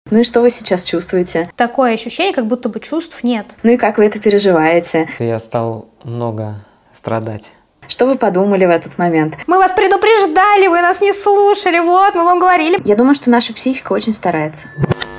Ну и что вы сейчас чувствуете? Такое ощущение, как будто бы чувств нет. Ну и как вы это переживаете? Я стал много страдать. Что вы подумали в этот момент? Мы вас предупреждали, вы нас не слушали, вот, мы вам говорили. Я думаю, что наша психика очень старается.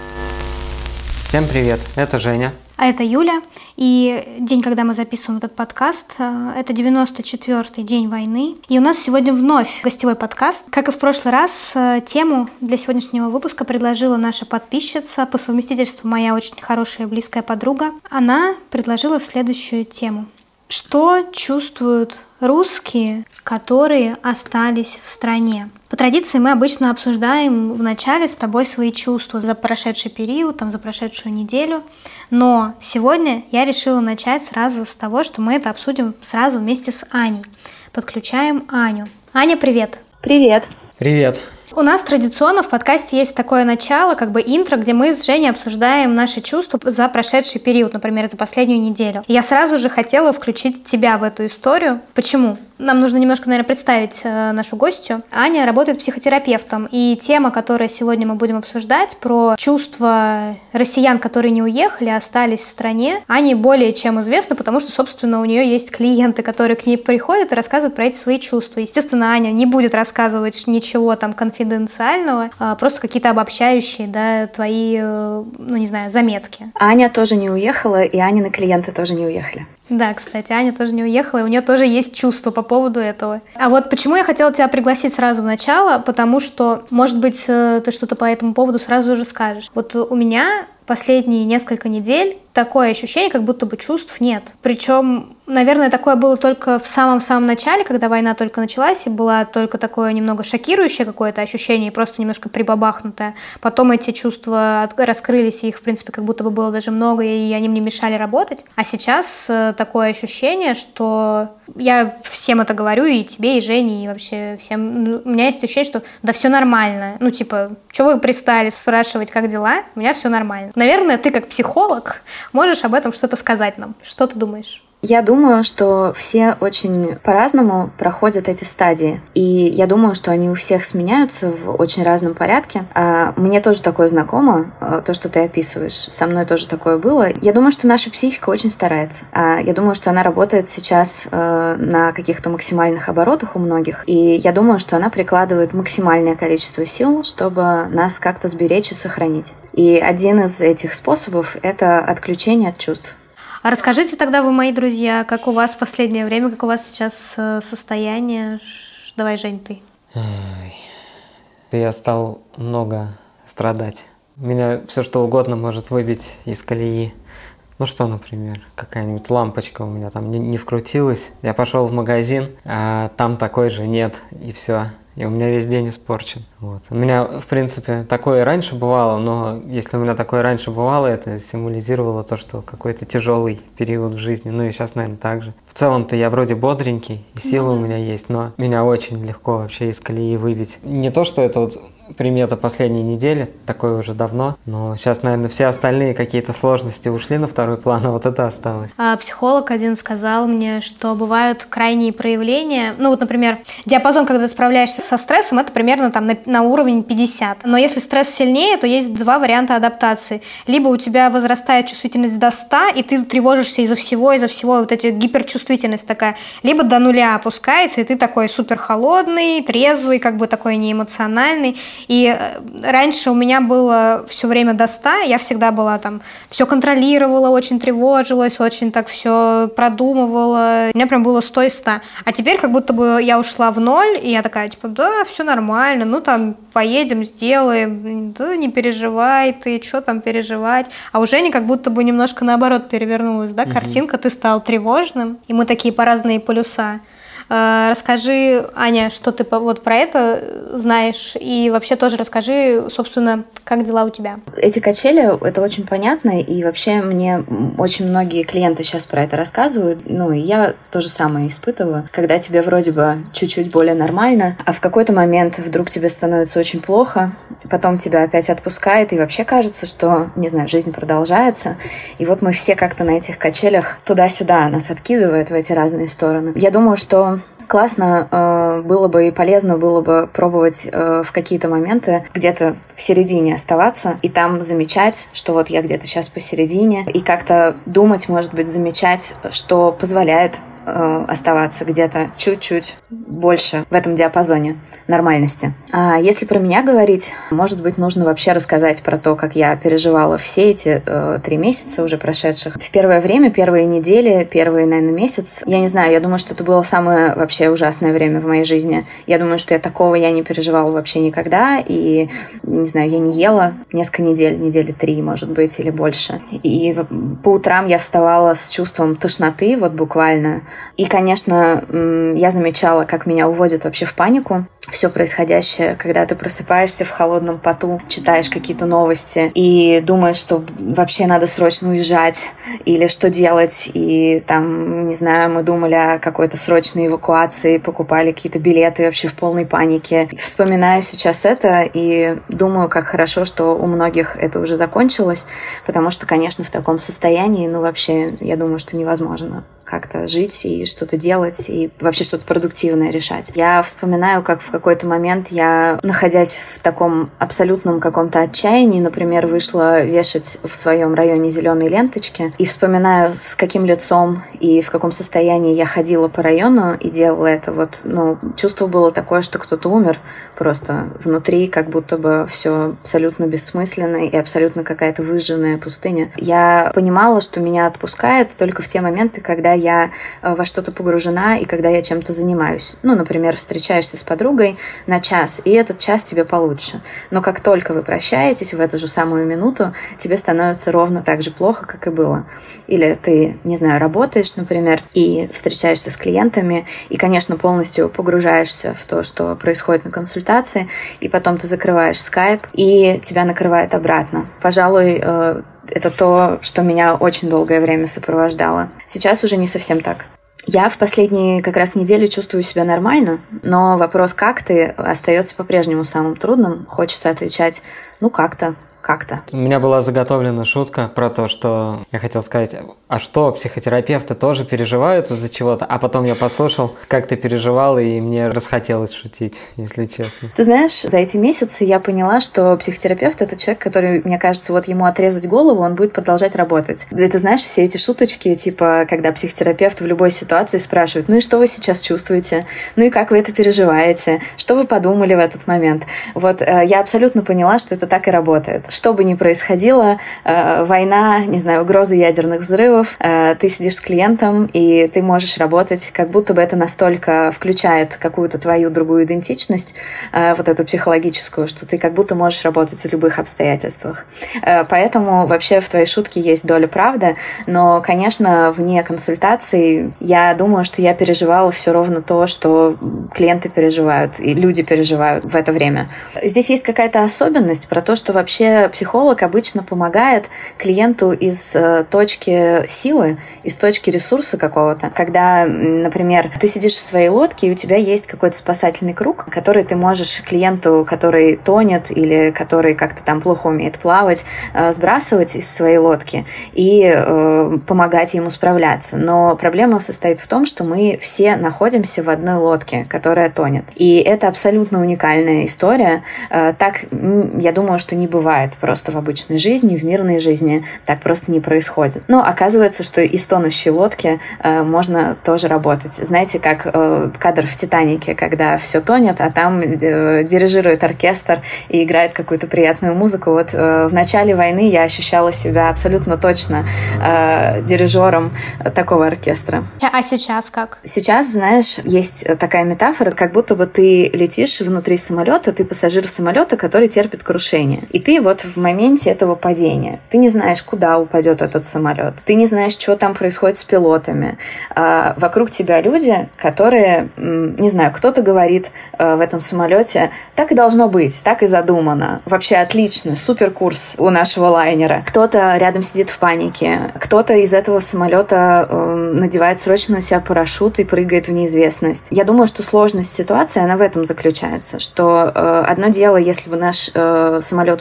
Всем привет, это Женя. А это Юля. И день, когда мы записываем этот подкаст, это 94-й день войны. И у нас сегодня вновь гостевой подкаст. Как и в прошлый раз, тему для сегодняшнего выпуска предложила наша подписчица, по совместительству моя очень хорошая и близкая подруга. Она предложила следующую тему. Что чувствуют русские, которые остались в стране? По традиции мы обычно обсуждаем в начале с тобой свои чувства за прошедший период, за прошедшую неделю. Но сегодня я решила начать сразу с того, что мы это обсудим сразу вместе с Аней. Подключаем Аню. Аня, привет! Привет! Привет! У нас традиционно в подкасте есть такое начало, как бы интро, где мы с Женей обсуждаем наши чувства за прошедший период, например, за последнюю неделю. Я сразу же хотела включить тебя в эту историю. Почему? Нам нужно немножко, наверное, представить нашу гостью. Аня работает психотерапевтом, и тема, которую сегодня мы будем обсуждать, про чувства россиян, которые не уехали, а остались в стране, Ане более чем известно, потому что, собственно, у нее есть клиенты, которые к ней приходят и рассказывают про эти свои чувства. Естественно, Аня не будет рассказывать ничего там конфиденциального, просто какие-то обобщающие, твои, заметки. Аня тоже не уехала, и Анины клиенты тоже не уехали. Да, кстати, Аня тоже не уехала, и у нее тоже есть чувства по поводу этого. А вот почему я хотела тебя пригласить сразу в начало, потому что, может быть, ты что-то по этому поводу сразу же скажешь. Вот у меня последние несколько недель такое ощущение, как будто бы чувств нет. Причем, наверное, такое было только в самом-самом начале, когда война только началась, и было только такое немного шокирующее какое-то ощущение, просто немножко прибабахнутое. Потом эти чувства раскрылись, и их, в принципе, как будто бы было даже много, и они мне мешали работать. А сейчас такое ощущение, что я всем это говорю, и тебе, и Жене, и вообще всем. У меня есть ощущение, что да все нормально. Что вы пристали спрашивать, как дела? У меня все нормально. Наверное, ты как психолог можешь об этом что-то сказать нам. Что ты думаешь? Я думаю, что все очень по-разному проходят эти стадии. И я думаю, что они у всех сменяются в очень разном порядке. Мне тоже такое знакомо, то, что ты описываешь. Со мной тоже такое было. Я думаю, что наша психика очень старается. Я думаю, что она работает сейчас на каких-то максимальных оборотах у многих. И я думаю, что она прикладывает максимальное количество сил, чтобы нас как-то сберечь и сохранить. И один из этих способов — это отключение от чувств. А расскажите тогда вы, мои друзья, как у вас в последнее время, как у вас сейчас состояние? Давай, Жень, ты. Я стал много страдать. Меня все что угодно может выбить из колеи. Например, какая-нибудь лампочка у меня там не вкрутилась. Я пошел в магазин, а там такой же нет, и все. И у меня весь день испорчен. У меня, в принципе, такое и раньше бывало, но если у меня такое раньше бывало, это символизировало то, что какой-то тяжелый период в жизни. И сейчас, наверное, так же. В целом-то я вроде бодренький, и силы у меня есть, но меня очень легко вообще из колеи выбить. Не то, что это примета последней недели, такое уже давно, но сейчас, наверное, все остальные какие-то сложности ушли на второй план, а вот это осталось. Психолог один сказал мне, что бывают крайние проявления. Например, диапазон, когда ты справляешься со стрессом, это примерно на уровень 50. Но если стресс сильнее, то есть два варианта адаптации. Либо у тебя возрастает чувствительность до 100, и ты тревожишься из-за всего, вот эти гиперчувствительность такая. Либо до нуля опускается, и ты такой супер холодный, трезвый, такой неэмоциональный. И раньше у меня было все время до 100, я всегда была все контролировала, очень тревожилась, очень так все продумывала. У меня прям было 100 и 100. А теперь как будто бы я ушла в ноль, и я такая, да, все нормально, поедем, сделаем, да, не переживай ты, что там переживать. А у Жени как будто бы немножко наоборот перевернулась, да, картинка, ты стал тревожным, и мы такие по разные полюса. Расскажи, Аня, что ты про это знаешь, и вообще тоже расскажи, собственно, как дела у тебя. Эти качели, это очень понятно, и вообще мне очень многие клиенты сейчас про это рассказывают, и я то же самое испытываю, когда тебе вроде бы чуть-чуть более нормально, а в какой-то момент вдруг тебе становится очень плохо, потом тебя опять отпускает, и вообще кажется, что, не знаю, жизнь продолжается, и вот мы все как-то на этих качелях туда-сюда нас откидывает в эти разные стороны. Я думаю, что классно было бы и полезно было бы пробовать в какие-то моменты где-то в середине оставаться и там замечать, что вот я где-то сейчас посередине, и как-то думать, может быть, замечать, что позволяет оставаться где-то чуть-чуть больше в этом диапазоне нормальности. А если про меня говорить, может быть, нужно вообще рассказать про то, как я переживала все эти 3 месяца уже прошедших. В первое время, первые недели, первый, наверное, месяц, я не знаю, я думаю, что это было самое вообще ужасное время в моей жизни. Я думаю, что такого я не переживала вообще никогда, и, не знаю, я не ела несколько недель, недели 3, может быть, или больше. И по утрам я вставала с чувством тошноты, вот буквально. И, конечно, я замечала, как меня уводит вообще в панику все происходящее, когда ты просыпаешься в холодном поту, читаешь какие-то новости и думаешь, что вообще надо срочно уезжать или что делать. И там, не знаю, мы думали о какой-то срочной эвакуации, покупали какие-то билеты вообще в полной панике. Вспоминаю сейчас это и думаю, как хорошо, что у многих это уже закончилось, потому что, конечно, в таком состоянии, вообще, я думаю, что невозможно как-то жить и что-то делать, и вообще что-то продуктивное решать. Я вспоминаю, как в какой-то момент я, находясь в таком абсолютном каком-то отчаянии, например, вышла вешать в своем районе зеленые ленточки, и вспоминаю, с каким лицом и в каком состоянии я ходила по району и делала это. Чувство было такое, что кто-то умер просто внутри, как будто бы все абсолютно бессмысленно и абсолютно какая-то выжженная пустыня. Я понимала, что меня отпускает только в те моменты, когда я во что-то погружена и когда я чем-то занимаюсь. Например, встречаешься с подругой на час, и этот час тебе получше. Но как только вы прощаетесь в эту же самую минуту, тебе становится ровно так же плохо, как и было. Или ты, не знаю, работаешь, например, и встречаешься с клиентами, и, конечно, полностью погружаешься в то, что происходит на консультации, и потом ты закрываешь скайп, и тебя накрывает обратно. Пожалуй, это то, что меня очень долгое время сопровождало. Сейчас уже не совсем так. Я в последние как раз недели чувствую себя нормально, но вопрос «как ты?» остается по-прежнему самым трудным. Хочется отвечать как-то. У меня была заготовлена шутка про то, что я хотел сказать, а что, психотерапевты тоже переживают из-за чего-то? А потом я послушал, как ты переживал, и мне расхотелось шутить, если честно. Ты знаешь, за эти месяцы я поняла, что психотерапевт — это человек, который, мне кажется, ему отрезать голову, он будет продолжать работать. Ты знаешь, все эти шуточки, типа, когда психотерапевт в любой ситуации спрашивает, и что вы сейчас чувствуете? И как вы это переживаете? Что вы подумали в этот момент? Я абсолютно поняла, что это так и работает. Что бы ни происходило, война, не знаю, угрозы ядерных взрывов, ты сидишь с клиентом, и ты можешь работать, как будто бы это настолько включает какую-то твою другую идентичность, эту психологическую, что ты как будто можешь работать в любых обстоятельствах. Поэтому вообще в твоей шутке есть доля правды, но, конечно, вне консультаций я думаю, что я переживала все ровно то, что клиенты переживают, и люди переживают в это время. Здесь есть какая-то особенность про то, что вообще психолог обычно помогает клиенту из точки силы, из точки ресурса какого-то. Когда, например, ты сидишь в своей лодке, и у тебя есть какой-то спасательный круг, который ты можешь клиенту, который тонет или который как-то там плохо умеет плавать, сбрасывать из своей лодки и помогать ему справляться. Но проблема состоит в том, что мы все находимся в одной лодке, которая тонет. И это абсолютно уникальная история. Так, я думаю, что не бывает просто в обычной жизни, в мирной жизни так просто не происходит. Но оказывается, что и с тонущей лодки можно тоже работать. Знаете, как кадр в «Титанике», когда все тонет, а там дирижирует оркестр и играет какую-то приятную музыку. В начале войны я ощущала себя абсолютно точно дирижером такого оркестра. А сейчас как? Сейчас, знаешь, есть такая метафора, как будто бы ты летишь внутри самолета, ты пассажир самолета, который терпит крушение. И ты в моменте этого падения. Ты не знаешь, куда упадет этот самолет. Ты не знаешь, что там происходит с пилотами. Вокруг тебя люди, которые, не знаю, кто-то говорит в этом самолете, так и должно быть, так и задумано. Вообще отлично, супер курс у нашего лайнера. Кто-то рядом сидит в панике. Кто-то из этого самолета надевает срочно на себя парашют и прыгает в неизвестность. Я думаю, что сложность ситуации, она в этом заключается, что одно дело, если бы наш самолет уже разбился,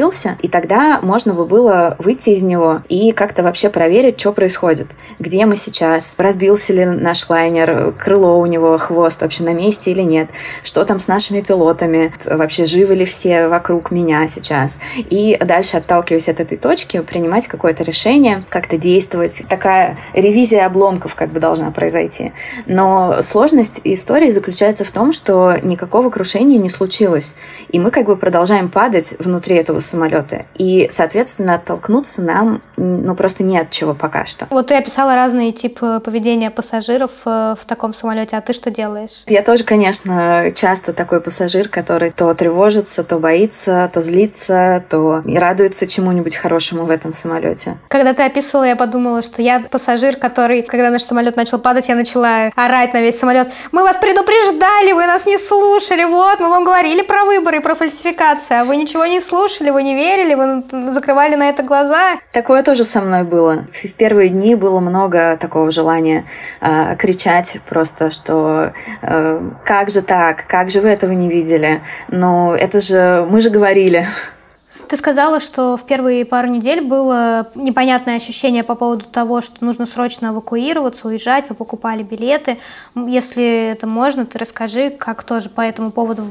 разбился, и тогда можно бы было выйти из него и как-то вообще проверить, что происходит, где мы сейчас, разбился ли наш лайнер, крыло у него, хвост вообще на месте или нет, что там с нашими пилотами, вообще живы ли все вокруг меня сейчас. И дальше, отталкиваясь от этой точки, принимать какое-то решение, как-то действовать. Такая ревизия обломков как бы должна произойти. Но сложность истории заключается в том, что никакого крушения не случилось. И мы как бы продолжаем падать внутри этого самолета. И, соответственно, оттолкнуться нам просто не от чего пока что. Вот ты описала разные типы поведения пассажиров в таком самолете, а ты что делаешь? Я тоже, конечно, часто такой пассажир, который то тревожится, то боится, то злится, то радуется чему-нибудь хорошему в этом самолете. Когда ты описывала, я подумала, что я пассажир, который, когда наш самолет начал падать, я начала орать на весь самолет: мы вас предупреждали, вы нас не слушали, вот, мы вам говорили про выборы и про фальсификацию, а вы ничего не слушали, вы не верили, вы закрывали на это глаза. Такое тоже со мной было. В первые дни было много такого желания кричать просто, что как же так, как же вы этого не видели? Но это же, мы же говорили. Ты сказала, что в первые пару недель было непонятное ощущение по поводу того, что нужно срочно эвакуироваться, уезжать, вы покупали билеты. Если это можно, ты расскажи, как тоже по этому поводу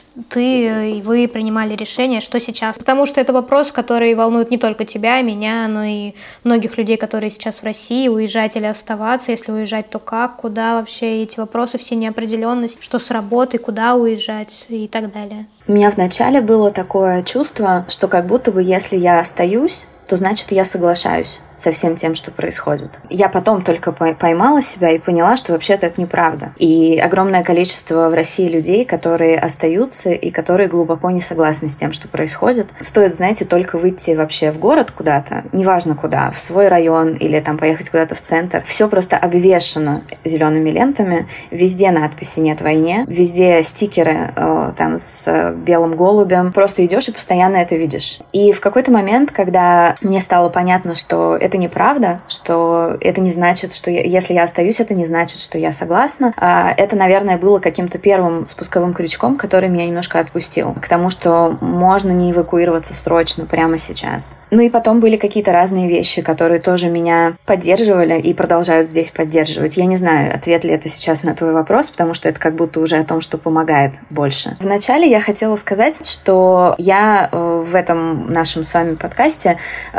ты и вы принимали решение, что сейчас. Потому что это вопрос, который волнует не только тебя, меня, но и многих людей, которые сейчас в России, уезжать или оставаться. Если уезжать, то как, куда вообще, эти вопросы, все неопределенность, что с работой, куда уезжать и так далее. У меня вначале было такое чувство, что как будто бы если я остаюсь, то значит я соглашаюсь со всем тем, что происходит. Я потом только поймала себя и поняла, что вообще-то это неправда. И огромное количество в России людей, которые остаются и которые глубоко не согласны с тем, что происходит. Стоит, знаете, только выйти вообще в город куда-то, неважно куда, в свой район или там поехать куда-то в центр. Все просто обвешано зелеными лентами, везде надписи «Нет войне», везде стикеры там с белым голубем. Просто идешь и постоянно это видишь. И в какой-то момент, когда мне стало понятно, что это неправда, что это не значит, что если я остаюсь, это не значит, что я согласна. Это, наверное, было каким-то первым спусковым крючком, который меня немножко отпустил к тому, что можно не эвакуироваться срочно прямо сейчас. Ну и потом были какие-то разные вещи, которые тоже меня поддерживали и продолжают здесь поддерживать. Я не знаю, ответ ли это сейчас на твой вопрос, потому что это как будто уже о том, что помогает больше. Вначале я хотела сказать, что я в этом нашем с вами подкасте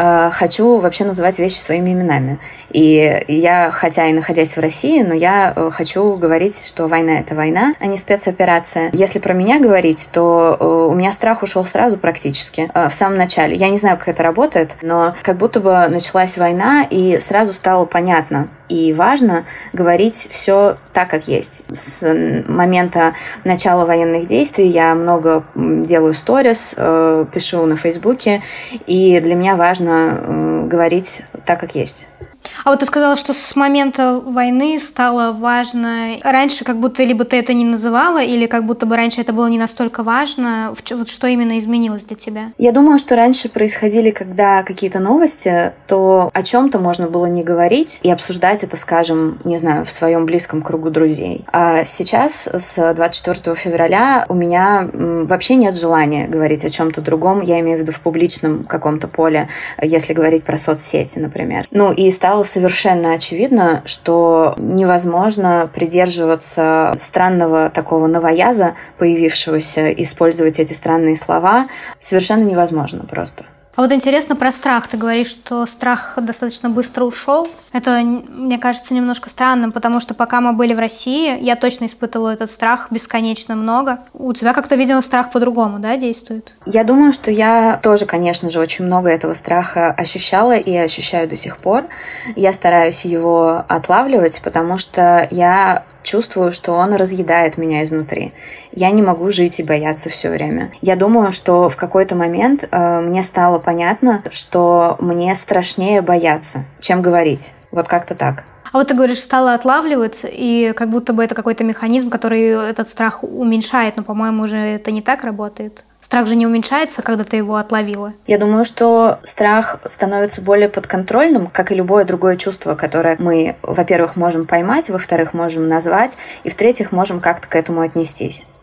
хочу вообще называть вещи своими именами. И я, хотя и находясь в России, но я хочу говорить, что война — это война, а не спецоперация. Если про меня говорить, то у меня страх ушел сразу практически, в самом начале. Я не знаю, как это работает, но как будто бы началась война, и сразу стало понятно и важно говорить все так, как есть. С момента начала военных действий я много делаю сторис, пишу на Фейсбуке, и для меня важно говорить так, как есть. А вот ты сказала, что с момента войны стало важно. Раньше как будто либо ты это не называла, или как будто бы раньше это было не настолько важно. Вот что именно изменилось для тебя? Я думаю, что раньше происходили, когда какие-то новости, то о чем-то можно было не говорить и обсуждать это, скажем, не знаю, в своем близком кругу друзей. А сейчас, с 24 февраля, у меня вообще нет желания говорить о чем-то другом. Я имею в виду в публичном каком-то поле, если говорить про соцсети, например. Ну и стало совершенно очевидно, что невозможно придерживаться странного такого новояза, появившегося, использовать эти странные слова. Совершенно невозможно просто. А вот интересно про страх. Ты говоришь, что страх достаточно быстро ушел. Это, мне кажется, немножко странным, потому что пока мы были в России, я точно испытывала этот страх бесконечно много. У тебя как-то, видимо, страх по-другому, да, действует? Я думаю, что я тоже, конечно же, очень много этого страха ощущала и ощущаю до сих пор. Я стараюсь его отлавливать, потому что я чувствую, что он разъедает меня изнутри. Я не могу жить и бояться все время. Я думаю, что в какой-то момент мне стало понятно, что мне страшнее бояться, чем говорить. Вот как-то так. А вот ты говоришь, стало отлавливаться, и как будто бы это какой-то механизм, который этот страх уменьшает, но, по-моему, уже это не так работает. Страх же не уменьшается, когда ты его отловила. Я думаю, что страх становится более подконтрольным, как и любое другое чувство, которое мы, во-первых, можем поймать, во-вторых, можем назвать, и в-третьих, можем как-то к этому отнестись.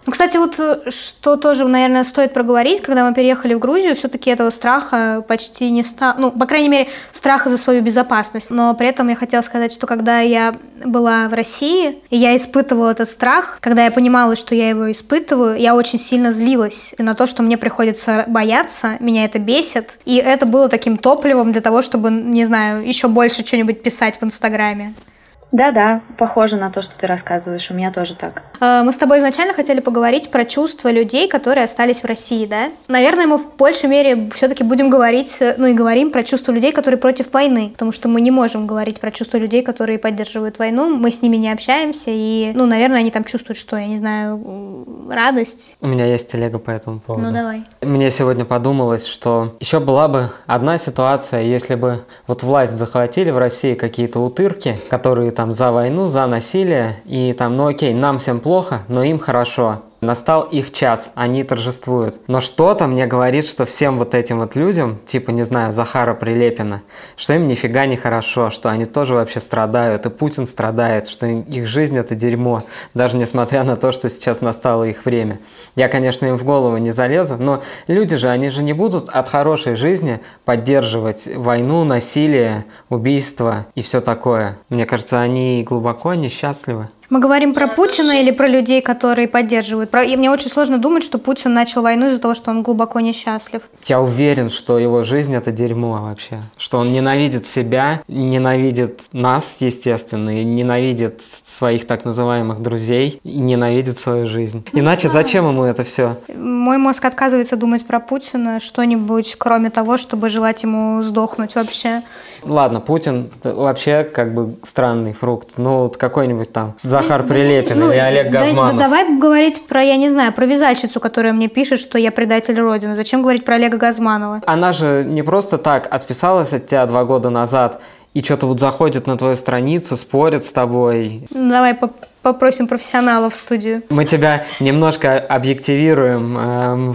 Кстати, вот что тоже, наверное, стоит проговорить, когда мы переехали в Грузию, все-таки этого страха почти не стало, ну, по крайней мере, страха за свою безопасность. Но при этом я хотела сказать, что когда я была в России, и я испытывала этот страх, когда я понимала, что я его испытываю, я очень сильно злилась на то, что мне приходится бояться, меня это бесит, и это было таким топливом для того, чтобы, не знаю, еще больше что-нибудь писать в Инстаграме. Да-да, похоже на то, что ты рассказываешь. У меня тоже так. Мы с тобой изначально хотели поговорить про чувства людей, которые остались в России, да? Наверное, мы в большей мере все-таки будем говорить, ну и говорим про чувства людей, которые против войны, потому что мы не можем говорить про чувства людей, которые поддерживают войну, мы с ними не общаемся, и, ну, наверное, они там чувствуют, что, я не знаю, радость. У меня есть телега по этому поводу. Ну, давай. Мне сегодня подумалось, что еще была бы одна ситуация, если бы вот власть захватили в России какие-то утырки, которые там за войну, за насилие, и там, ну окей, нам всем плохо, но им хорошо. Настал их час, они торжествуют. Но что-то мне говорит, что всем вот этим вот людям, типа, не знаю, Захара Прилепина, что им нифига не хорошо, что они тоже вообще страдают, и Путин страдает, что их жизнь – это дерьмо, даже несмотря на то, что сейчас настало их время. Я, конечно, им в голову не залезу, но люди же, они же не будут от хорошей жизни поддерживать войну, насилие, убийство и все такое. Мне кажется, они глубоко несчастливы. Мы говорим про Путина или про людей, которые поддерживают? И мне очень сложно думать, что Путин начал войну из-за того, что он глубоко несчастлив. Я уверен, что его жизнь – это дерьмо вообще. Что он ненавидит себя, ненавидит нас, естественно, и ненавидит своих так называемых друзей, и ненавидит свою жизнь. Иначе зачем ему это все? Мой мозг отказывается думать про Путина что-нибудь, кроме того, чтобы желать ему сдохнуть вообще. Ладно, Путин вообще как бы странный фрукт. Ну, какой-нибудь там Захар Прилепин или Олег Газманов. Давай говорить про, я не знаю, про вязальщицу, которая мне пишет, что я предатель Родины. Зачем говорить про Олега Газманова? Она же не просто так отписалась от тебя 2 года назад и что-то вот заходит на твою страницу, спорит с тобой. Давай попросим профессионалов в студию. Мы тебя немножко объективируем.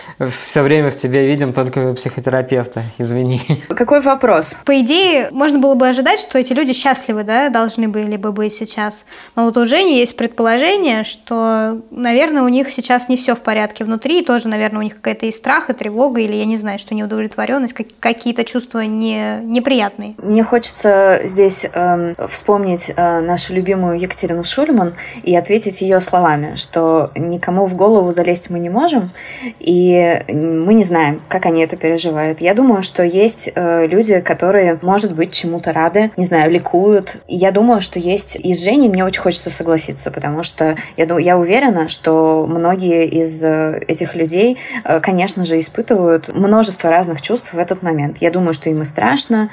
Все время в тебе видим только психотерапевта. Извини. Какой вопрос? По идее, можно было бы ожидать, что эти люди счастливы, да, должны были бы быть сейчас. Но вот у Жени есть предположение, что, наверное, у них сейчас не все в порядке внутри, и тоже, наверное, у них какая-то и страх, и тревога, или, я не знаю, что неудовлетворенность, какие-то чувства неприятные. Мне хочется здесь вспомнить нашу любимую Екатерину Шульман и ответить ее словами, что никому в голову залезть мы не можем, и мы не знаем, как они это переживают. Я думаю, что есть люди, которые, может быть, чему-то рады, не знаю, ликуют. Я думаю, что есть и с Женей, мне очень хочется согласиться, потому что я уверена, что многие из этих людей, конечно же, испытывают множество разных чувств в этот момент. Я думаю, что им и страшно,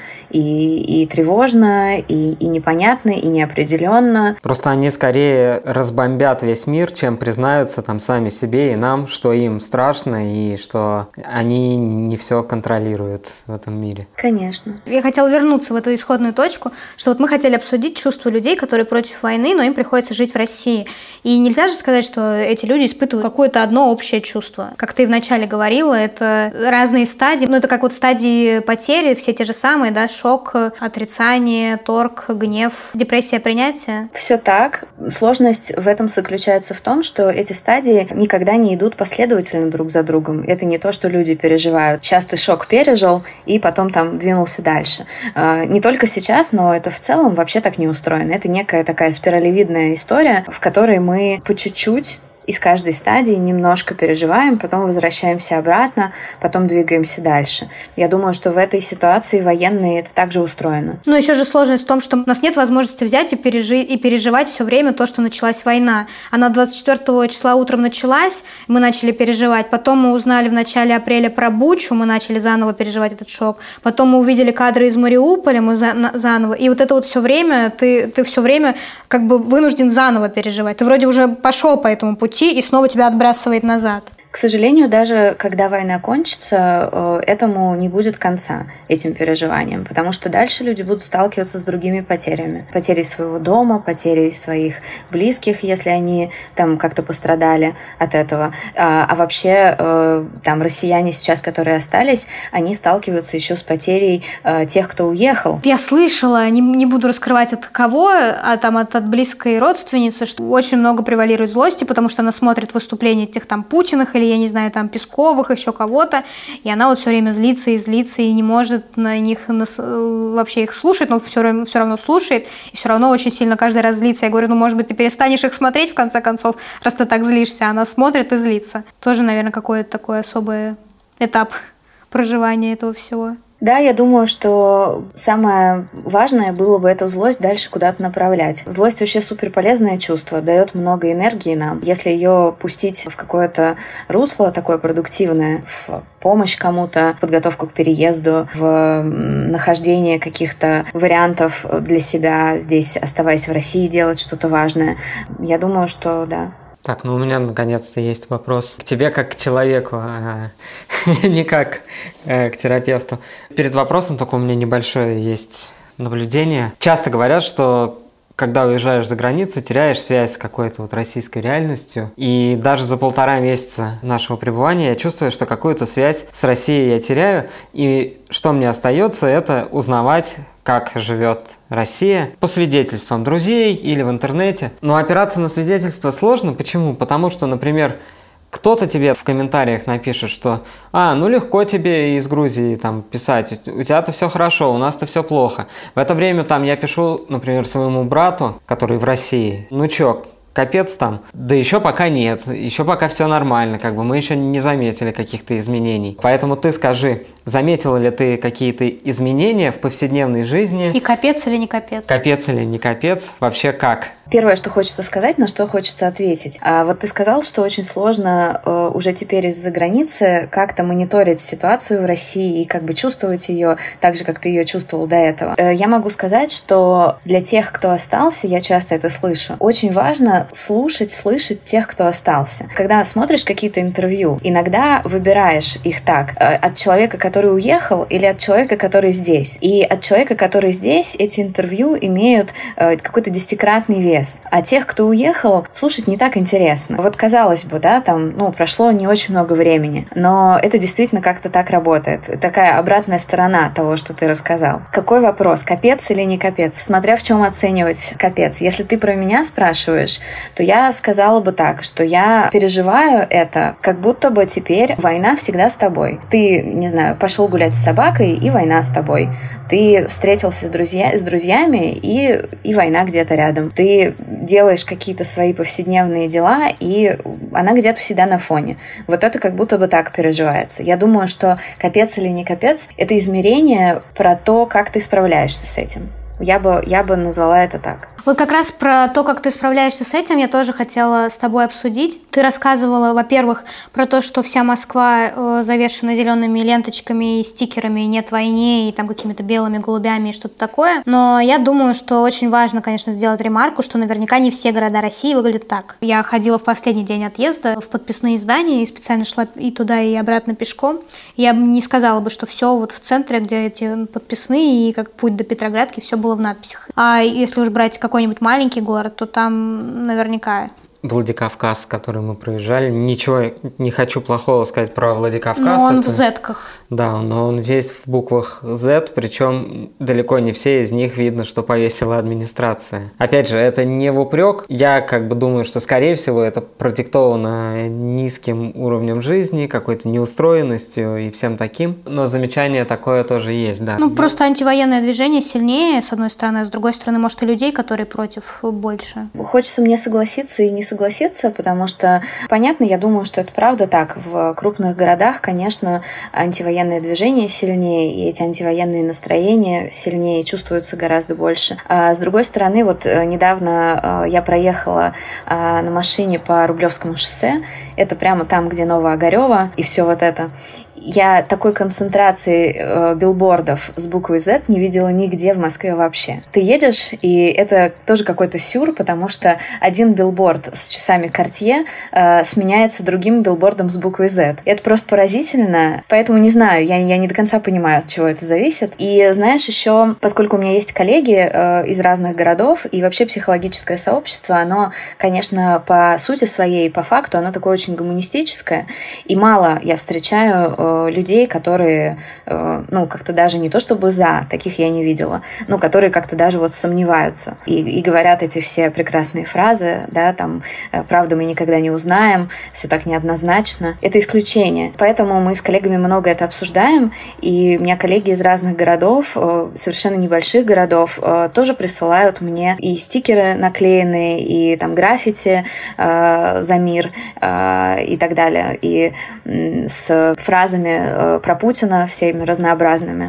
и тревожно, и непонятно, и неопределенно. Просто они скорее разбомбят весь мир, чем признаются там сами себе и нам, что им страшно и что они не все контролируют в этом мире. Конечно. Я хотела вернуться в эту исходную точку, что вот мы хотели обсудить чувства людей, которые против войны, но им приходится жить в России. И нельзя же сказать, что эти люди испытывают какое-то одно общее чувство. Как ты вначале говорила, это разные стадии. Ну, это как вот стадии потери, все те же самые, да, шок, отрицание, торг, гнев, депрессия, принятие. Все так. Сложность в этом заключается в том, что эти стадии никогда не идут последовательно друг за другом. Это не то, что люди переживают. Сейчас ты шок пережил, и потом там двинулся дальше. Не только сейчас, но это в целом вообще так не устроено. Это некая такая спиралевидная история, в которой мы по чуть-чуть из каждой стадии немножко переживаем, потом возвращаемся обратно, потом двигаемся дальше. Я думаю, что в этой ситуации военные это также устроено. Но еще же сложность в том, что у нас нет возможности взять и переживать все время то, что началась война. Она 24 числа утром началась, мы начали переживать. Потом мы узнали в начале апреля про Бучу, мы начали заново переживать этот шок. Потом мы увидели кадры из Мариуполя, мы заново. И вот это вот все время, ты все время как бы вынужден заново переживать. Ты вроде уже пошел по этому пути, и снова тебя отбрасывает назад. К сожалению, даже когда война кончится, этому не будет конца, этим переживаниям, потому что дальше люди будут сталкиваться с другими потерями. Потерей своего дома, потерей своих близких, если они там как-то пострадали от этого. А вообще там россияне сейчас, которые остались, они сталкиваются еще с потерей тех, кто уехал. Я слышала, не буду раскрывать от кого, а там от близкой родственницы, что очень много превалирует злости, потому что она смотрит выступления тех там Путиных или, я не знаю, там Песковых, еще кого-то, и она вот все время злится и не может на них вообще их слушать, но все равно слушает, и все равно очень сильно каждый раз злится. Я говорю, ну, может быть, ты перестанешь их смотреть, в конце концов, раз ты так злишься. Она смотрит и злится. Тоже, наверное, какой-то такой особый этап проживания этого всего. Да, я думаю, что самое важное было бы эту злость дальше куда-то направлять. Злость вообще суперполезное чувство, дает много энергии нам. Если ее пустить в какое-то русло такое продуктивное, в помощь кому-то, в подготовку к переезду, в нахождение каких-то вариантов для себя здесь, оставаясь в России, делать что-то важное, я думаю, что да. Так, ну у меня наконец-то есть вопрос к тебе как к человеку, а не как к терапевту. Перед вопросом только у меня небольшое есть наблюдение. Часто говорят, что когда уезжаешь за границу, теряешь связь с какой-то вот российской реальностью. И даже за 1,5 месяца нашего пребывания я чувствую, что какую-то связь с Россией я теряю. И что мне остается, это узнавать, как живет Россия по свидетельствам друзей или в интернете. Но опираться на свидетельства сложно. Почему? Потому что, например, кто-то тебе в комментариях напишет, что ну легко тебе из Грузии там писать, у тебя-то все хорошо, у нас-то все плохо. В это время там я пишу, например, своему брату, который в России, ну чё, капец там. Да еще пока нет, еще пока все нормально, как бы мы еще не заметили каких-то изменений. Поэтому ты скажи, заметила ли ты какие-то изменения в повседневной жизни? И капец или не капец? Капец или не капец? Вообще как? Первое, что хочется сказать, на что хочется ответить. Вот ты сказал, что очень сложно уже теперь из-за границы как-то мониторить ситуацию в России и как бы чувствовать ее так же, как ты ее чувствовал до этого. Я могу сказать, что для тех, кто остался, я часто это слышу, очень важно слышать тех, кто остался. Когда смотришь какие-то интервью, иногда выбираешь их так, от человека, который уехал, или от человека, который здесь. И от человека, который здесь, эти интервью имеют какой-то десятикратный вес. А тех, кто уехал, слушать не так интересно. Вот казалось бы, да, там, прошло не очень много времени, но это действительно как-то так работает. Такая обратная сторона того, что ты рассказал. Какой вопрос? Капец или не капец? Смотря в чем оценивать капец. Если ты про меня спрашиваешь, то я сказала бы так, что я переживаю это, как будто бы теперь война всегда с тобой. Ты, не знаю, пошел гулять с собакой, и война с тобой. Ты встретился с друзьями, и война где-то рядом. Ты делаешь какие-то свои повседневные дела, и она где-то всегда на фоне. Вот это как будто бы так переживается. Я думаю, что капец или не капец — это измерение про то, как ты справляешься с этим. Я бы назвала это так. Вот как раз про то, как ты справляешься с этим, я тоже хотела с тобой обсудить. Ты рассказывала, во-первых, про то, что вся Москва завешена зелеными ленточками и стикерами «Нет войне» и там какими-то белыми голубями и что-то такое. Но я думаю, что очень важно, конечно, сделать ремарку, что наверняка не все города России выглядят так. Я ходила в последний день отъезда в подписные издания и специально шла и туда, и обратно пешком. Я бы не сказала бы, что все вот в центре, где эти подписные, и как путь до Петроградки, все было в надписях. А если уж брать какой-нибудь маленький город, то там наверняка... Владикавказ, который мы проезжали. Ничего не хочу плохого сказать про Владикавказ. Но он в зетках. Да, но он весь в буквах Z, причем далеко не все из них видно, что повесила администрация. Опять же, это не в упрек. Я как бы думаю, что, скорее всего, это продиктовано низким уровнем жизни, какой-то неустроенностью и всем таким. Но замечание такое тоже есть, да. Просто антивоенное движение сильнее, с одной стороны, а с другой стороны, может, и людей, которые против, больше. Хочется мне согласиться и не согласиться, потому что, понятно, я думаю, что это правда так. В крупных городах, конечно, антивоенное движение сильнее, и эти антивоенные настроения сильнее чувствуются гораздо больше. А с другой стороны, вот недавно я проехала на машине по Рублевскому шоссе, это прямо там, где Новоогарево, и все вот это. Я такой концентрации билбордов с буквой Z не видела нигде в Москве вообще. Ты едешь, и это тоже какой-то сюр, потому что один билборд с часами Cartier сменяется другим билбордом с буквой Z. Это просто поразительно, поэтому не знаю, я не до конца понимаю, от чего это зависит. И знаешь, еще, поскольку у меня есть коллеги из разных городов, и вообще психологическое сообщество, оно, конечно, по сути своей, по факту, оно такое очень гуманистическое, и мало я встречаю людей, которые, как-то даже не то чтобы за, таких я не видела, но которые как-то даже вот сомневаются и говорят эти все прекрасные фразы, да, там, правда мы никогда не узнаем, все так неоднозначно. Это исключение. Поэтому мы с коллегами много это обсуждаем, и у меня коллеги из разных городов, совершенно небольших городов, тоже присылают мне и стикеры наклеенные, и там граффити за мир и так далее, и с фразами про Путина всеми разнообразными.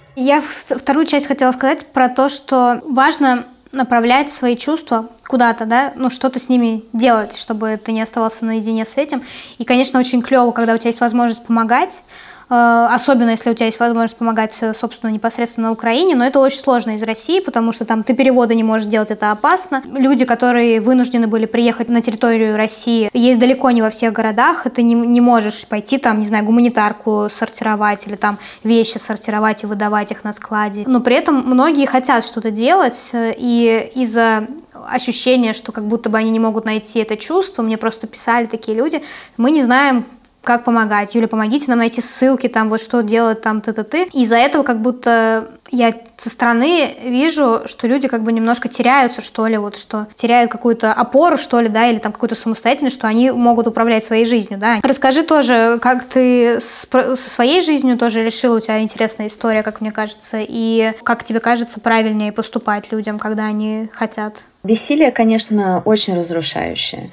Я вторую часть хотела сказать про то, что важно направлять свои чувства куда-то, да, что-то с ними делать, чтобы ты не оставался наедине с этим. И, конечно, очень клево, когда у тебя есть возможность помогать, особенно если у тебя есть возможность помогать, собственно, непосредственно на Украине, но это очень сложно из России, потому что там ты переводы не можешь делать, это опасно. Люди, которые вынуждены были приехать на территорию России, есть далеко не во всех городах, и ты не можешь пойти там, не знаю, гуманитарку сортировать или там вещи сортировать и выдавать их на складе. Но при этом многие хотят что-то делать, и из-за ощущения, что как будто бы они не могут найти это чувство, мне просто писали такие люди, мы не знаем, как помогать. Юля, помогите нам найти ссылки, там вот что делать, там ты. Из-за этого как будто я со стороны вижу, что люди как бы немножко теряются, что ли, вот что теряют какую-то опору, что ли, да, или там какую-то самостоятельность, что они могут управлять своей жизнью, да. Расскажи тоже, как ты со своей жизнью тоже решила, у тебя интересная история, как мне кажется, и как тебе кажется правильнее поступать людям, когда они хотят. Бессилие, конечно, очень разрушающее.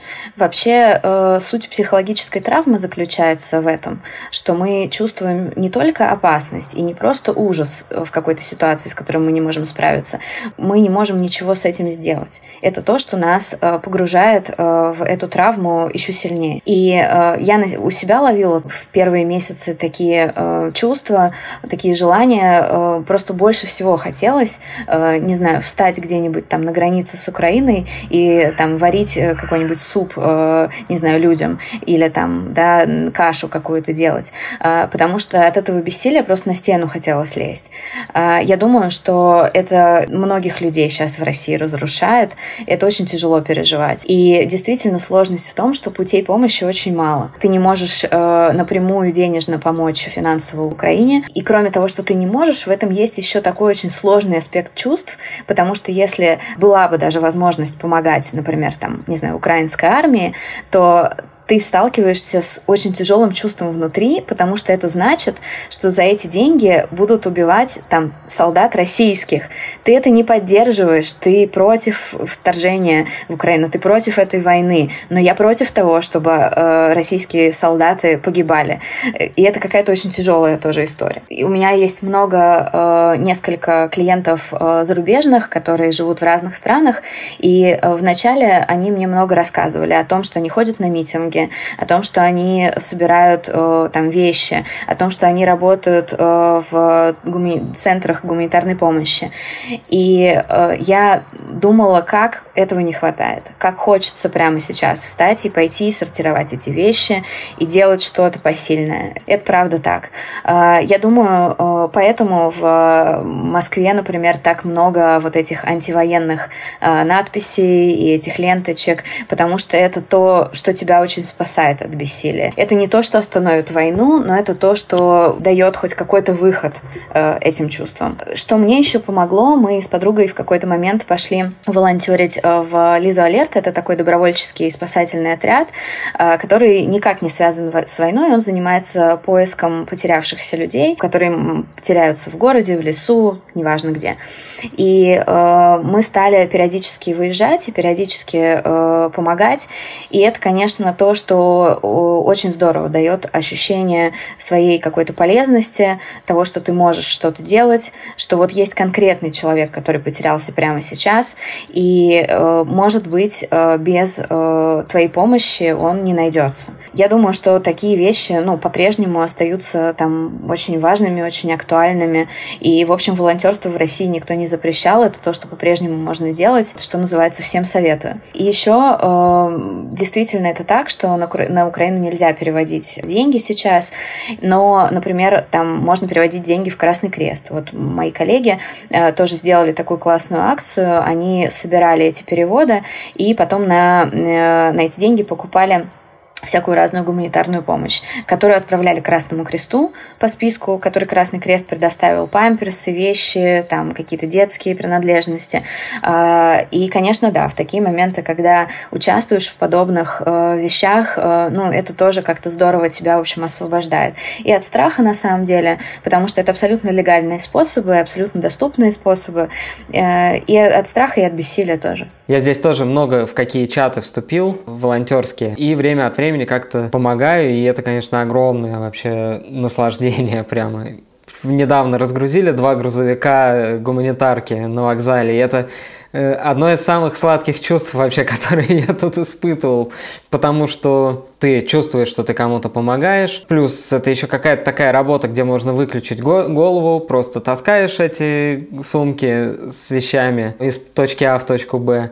Вообще, суть психологической травмы заключается в этом, что мы чувствуем не только опасность и не просто ужас в какой-то ситуации, с которой мы не можем справиться, мы не можем ничего с этим сделать. Это то, что нас погружает в эту травму еще сильнее. И я у себя ловила в первые месяцы такие чувства, такие желания. Просто больше всего хотелось, не знаю, встать где-нибудь там на границе с Украиной и там варить какой-нибудь суп, не знаю, людям, или там, да, кашу какую-то делать, потому что от этого бессилия просто на стену хотелось лезть. Я думаю, что это многих людей сейчас в России разрушает, это очень тяжело переживать. И действительно сложность в том, что путей помощи очень мало. Ты не можешь напрямую денежно помочь финансово Украине, и кроме того, что ты не можешь, в этом есть еще такой очень сложный аспект чувств, потому что если была бы даже возможность помогать, например, там, не знаю, украинской армии, то ты сталкиваешься с очень тяжелым чувством внутри, потому что это значит, что за эти деньги будут убивать там солдат российских. Ты это не поддерживаешь, ты против вторжения в Украину, ты против этой войны, но я против того, чтобы российские солдаты погибали. И это какая-то очень тяжелая тоже история. И у меня есть несколько клиентов зарубежных, которые живут в разных странах, и вначале они мне много рассказывали о том, что они ходят на митинги, о том, что они собирают там вещи, о том, что они работают в центрах гуманитарной помощи. И я думала, как этого не хватает, как хочется прямо сейчас встать и пойти и сортировать эти вещи и делать что-то посильное. Это правда так. Я думаю, поэтому в Москве, например, так много вот этих антивоенных надписей и этих ленточек, потому что это то, что тебя очень спасает от бессилия. Это не то, что остановит войну, но это то, что дает хоть какой-то выход этим чувствам. Что мне еще помогло, мы с подругой в какой-то момент пошли волонтерить в Лизу Алерт. Это такой добровольческий спасательный отряд, который никак не связан с войной. Он занимается поиском потерявшихся людей, которые теряются в городе, в лесу, неважно где. И мы стали периодически выезжать и периодически помогать. И это, конечно, то, что очень здорово дает ощущение своей какой-то полезности, того, что ты можешь что-то делать, что вот есть конкретный человек, который потерялся прямо сейчас, и, может быть, без твоей помощи он не найдется. Я думаю, что такие вещи, по-прежнему остаются там очень важными, очень актуальными. И, в общем, волонтерство в России никто не запрещал. Это то, что по-прежнему можно делать, что называется, всем советую. И еще действительно это так, что на Украину нельзя переводить деньги сейчас, но, например, там можно переводить деньги в Красный Крест. Вот мои коллеги тоже сделали такую классную акцию. Они собирали эти переводы и потом на эти деньги покупали всякую разную гуманитарную помощь, которую отправляли Красному Кресту по списку, который Красный Крест предоставил: памперсы, вещи, там какие-то детские принадлежности. И, конечно, да, в такие моменты, когда участвуешь в подобных вещах, это тоже как-то здорово тебя, в общем, освобождает. И от страха, на самом деле, потому что это абсолютно легальные способы, абсолютно доступные способы, и от страха, и от бессилия тоже. Я здесь тоже много в какие чаты вступил, волонтерские, и время от времени как-то помогаю, и это, конечно, огромное вообще наслаждение прямо. Недавно разгрузили 2 грузовика гуманитарки на вокзале, и это одно из самых сладких чувств вообще, которые я тут испытывал, потому что ты чувствуешь, что ты кому-то помогаешь, плюс это еще какая-то такая работа, где можно выключить голову, просто таскаешь эти сумки с вещами из точки А в точку Б.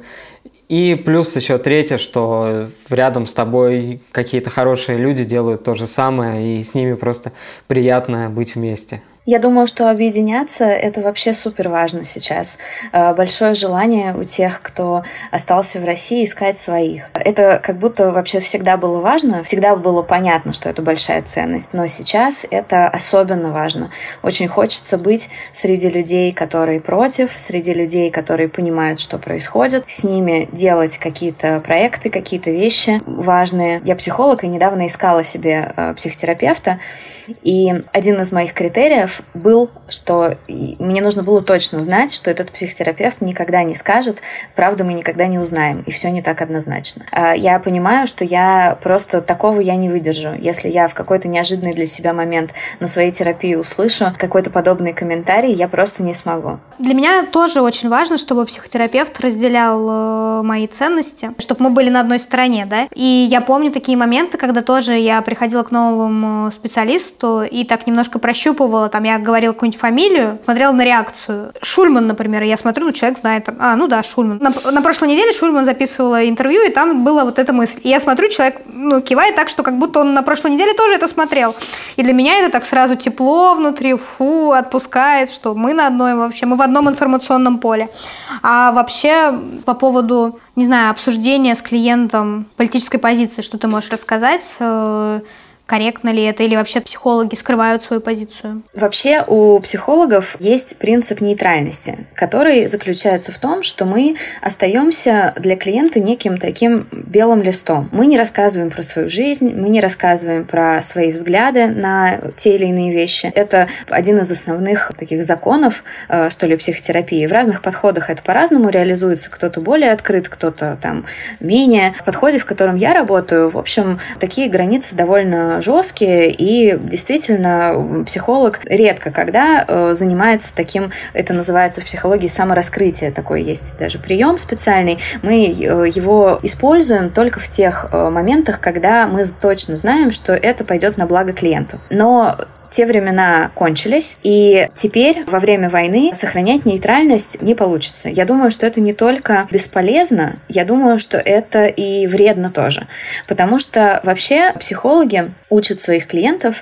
И плюс еще третье, что рядом с тобой какие-то хорошие люди делают то же самое, и с ними просто приятно быть вместе. Я думаю, что объединяться — это вообще супер важно сейчас. Большое желание у тех, кто остался в России, искать своих. Это как будто вообще всегда было важно, всегда было понятно, что это большая ценность, но сейчас это особенно важно. Очень хочется быть среди людей, которые против, среди людей, которые понимают, что происходит, с ними делать какие-то проекты, какие-то вещи важные. Я психолог и недавно искала себе психотерапевта, и один из моих критериев был, что мне нужно было точно знать, что этот психотерапевт никогда не скажет: правду мы никогда не узнаем, и все не так однозначно. Я понимаю, что я просто такого я не выдержу. Если я в какой-то неожиданный для себя момент на своей терапии услышу какой-то подобный комментарий, я просто не смогу. Для меня тоже очень важно, чтобы психотерапевт разделял мои ценности, чтобы мы были на одной стороне, да. И я помню такие моменты, когда тоже я приходила к новому специалисту и так немножко прощупывала, там я говорила какую-нибудь фамилию, смотрела на реакцию. Шульман, например, и я смотрю, человек знает, Шульман. На прошлой неделе Шульман записывала интервью, и там была вот эта мысль. И я смотрю, человек кивает так, что как будто он на прошлой неделе тоже это смотрел. И для меня это так сразу тепло внутри, отпускает, что мы на одной вообще, мы в одном информационном поле. А вообще по поводу, не знаю, обсуждения с клиентом политической позиции, что ты можешь рассказать? Корректно ли это, или вообще психологи скрывают свою позицию? Вообще у психологов есть принцип нейтральности, который заключается в том, что мы остаемся для клиента неким таким белым листом. Мы не рассказываем про свою жизнь, мы не рассказываем про свои взгляды на те или иные вещи. Это один из основных таких законов, что ли, психотерапии. В разных подходах это по-разному реализуется. Кто-то более открыт, кто-то там менее. В подходе, в котором я работаю, в общем, такие границы довольно жесткие, и действительно психолог редко когда занимается таким, это называется в психологии самораскрытие, такой есть даже прием специальный. Мы его используем только в тех моментах, когда мы точно знаем, что это пойдет на благо клиенту. Но те времена кончились, и теперь во время войны сохранять нейтральность не получится. Я думаю, что это не только бесполезно, я думаю, что это и вредно тоже. Потому что вообще психологи учат своих клиентов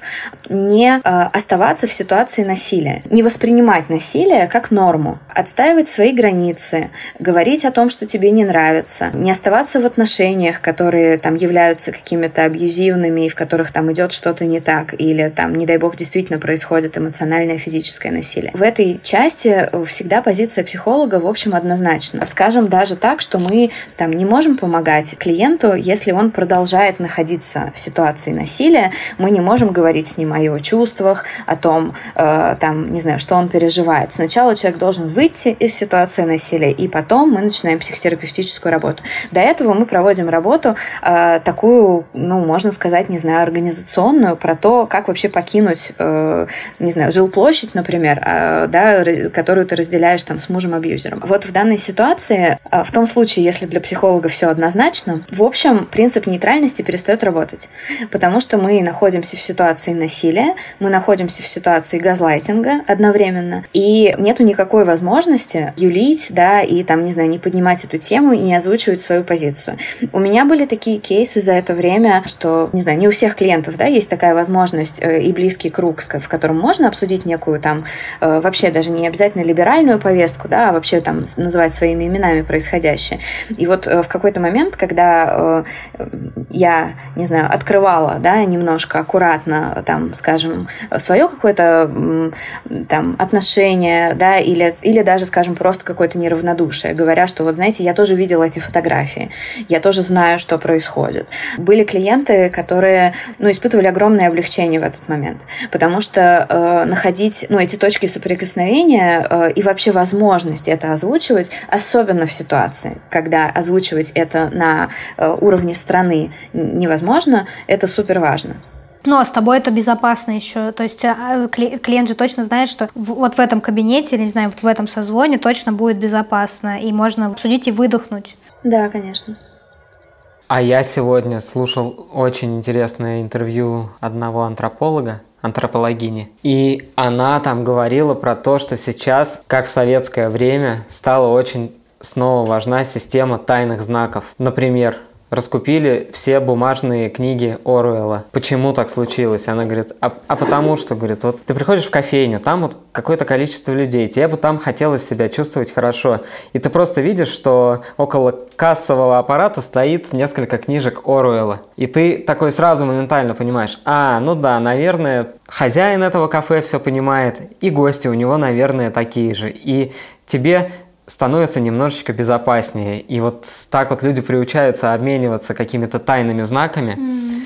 не оставаться в ситуации насилия, не воспринимать насилие как норму, отстаивать свои границы, говорить о том, что тебе не нравится, не оставаться в отношениях, которые там являются какими-то абьюзивными, и в которых там идет что-то не так, или там, не дай бог, действительно происходит эмоциональное, физическое насилие. В этой части всегда позиция психолога, в общем, однозначна. Скажем даже так, что мы там не можем помогать клиенту, если он продолжает находиться в ситуации насилия. Мы не можем говорить с ним о его чувствах, о том, там, не знаю, что он переживает. Сначала человек должен выйти из ситуации насилия, и потом мы начинаем психотерапевтическую работу. До этого мы проводим работу такую, ну, можно сказать, не знаю, организационную, про то, как вообще покинуть, не знаю, жилплощадь, например, да, которую ты разделяешь там с мужем-абьюзером. Вот в данной ситуации, в том случае, если для психолога все однозначно, в общем, принцип нейтральности перестает работать, потому что мы находимся в ситуации насилия, мы находимся в ситуации газлайтинга одновременно, и нету никакой возможности юлить, да, и там, не знаю, не поднимать эту тему и не озвучивать свою позицию. У меня были такие кейсы за это время, что, не знаю, не у всех клиентов, да, есть такая возможность и близкий круг, в котором можно обсудить некую там, вообще даже не обязательно либеральную повестку, да, а вообще там называть своими именами происходящее. И вот в какой-то момент, когда я, не знаю, открывала, да, немножко аккуратно, там, скажем, свое какое-то там отношение, да, или даже, скажем, просто какое-то неравнодушие, говоря, что вот, знаете, я тоже видела эти фотографии, я тоже знаю, что происходит. Были клиенты, которые, ну, испытывали огромное облегчение в этот момент, потому что находить, ну, эти точки соприкосновения и вообще возможность это озвучивать, особенно в ситуации, когда озвучивать это на уровне страны невозможно, это супер важно. Ну, а с тобой это безопасно еще. То есть клиент же точно знает, что вот в этом кабинете, или, не знаю, вот в этом созвоне точно будет безопасно, и можно обсудить и выдохнуть. Да, конечно. А я сегодня слушал очень интересное интервью одного антропологини, и она там говорила про то, что сейчас, как в советское время, стала очень снова важна система тайных знаков. Например, раскупили все бумажные книги Оруэлла. Почему так случилось? Она говорит, а потому что, говорит, вот ты приходишь в кофейню, там вот какое-то количество людей, тебе бы там хотелось себя чувствовать хорошо, и ты просто видишь, что около кассового аппарата стоит несколько книжек Оруэлла, и ты такой сразу моментально понимаешь, ну да, наверное, хозяин этого кафе все понимает, и гости у него, наверное, такие же, и тебе становится немножечко безопаснее. И вот так вот люди приучаются обмениваться какими-то тайными знаками,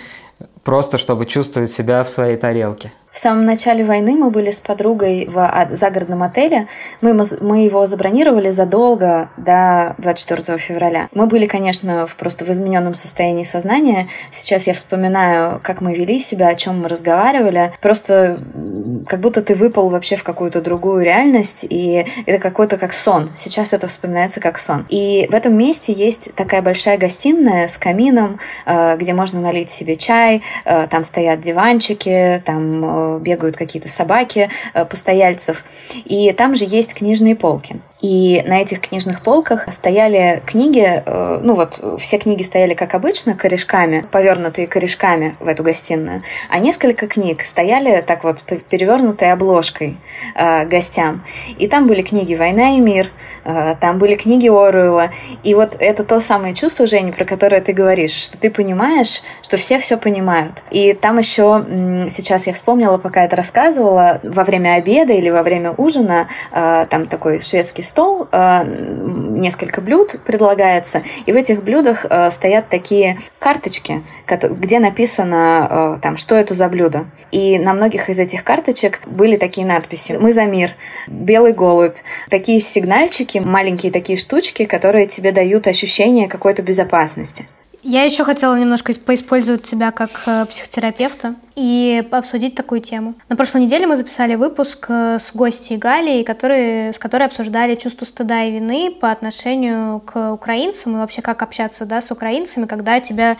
просто чтобы чувствовать себя в своей тарелке. В самом начале войны мы были с подругой в загородном отеле. Мы его забронировали задолго до 24 февраля. Мы были, конечно, просто в измененном состоянии сознания. Сейчас я вспоминаю, как мы вели себя, о чем мы разговаривали. Просто как будто ты выпал вообще в какую-то другую реальность, и это какой-то как сон. Сейчас это вспоминается как сон. И в этом месте есть такая большая гостиная с камином, где можно налить себе чай, там стоят диванчики, там бегают какие-то собаки постояльцев. И там же есть книжные полки. И на этих книжных полках стояли книги, ну вот все книги стояли как обычно, корешками, повернутые корешками в эту гостиную, а несколько книг стояли так вот перевернутой обложкой гостям. И там были книги «Война и мир», там были книги Оруэлла. И вот это то самое чувство, Женя, про которое ты говоришь, что ты понимаешь, что все понимают. И там еще, сейчас я вспомнила, пока это рассказывала, во время обеда или во время ужина, там такой шведский стол, несколько блюд предлагается, и в этих блюдах стоят такие карточки, где написано там, что это за блюдо. И на многих из этих карточек были такие надписи: «Мы за мир», «Белый голубь», такие сигнальчики, маленькие такие штучки, которые тебе дают ощущение какой-то безопасности. Я еще хотела немножко поиспользовать тебя как психотерапевта и обсудить такую тему. На прошлой неделе мы записали выпуск с гостьей Галей, с которой обсуждали чувство стыда и вины по отношению к украинцам и вообще как общаться, да, с украинцами, когда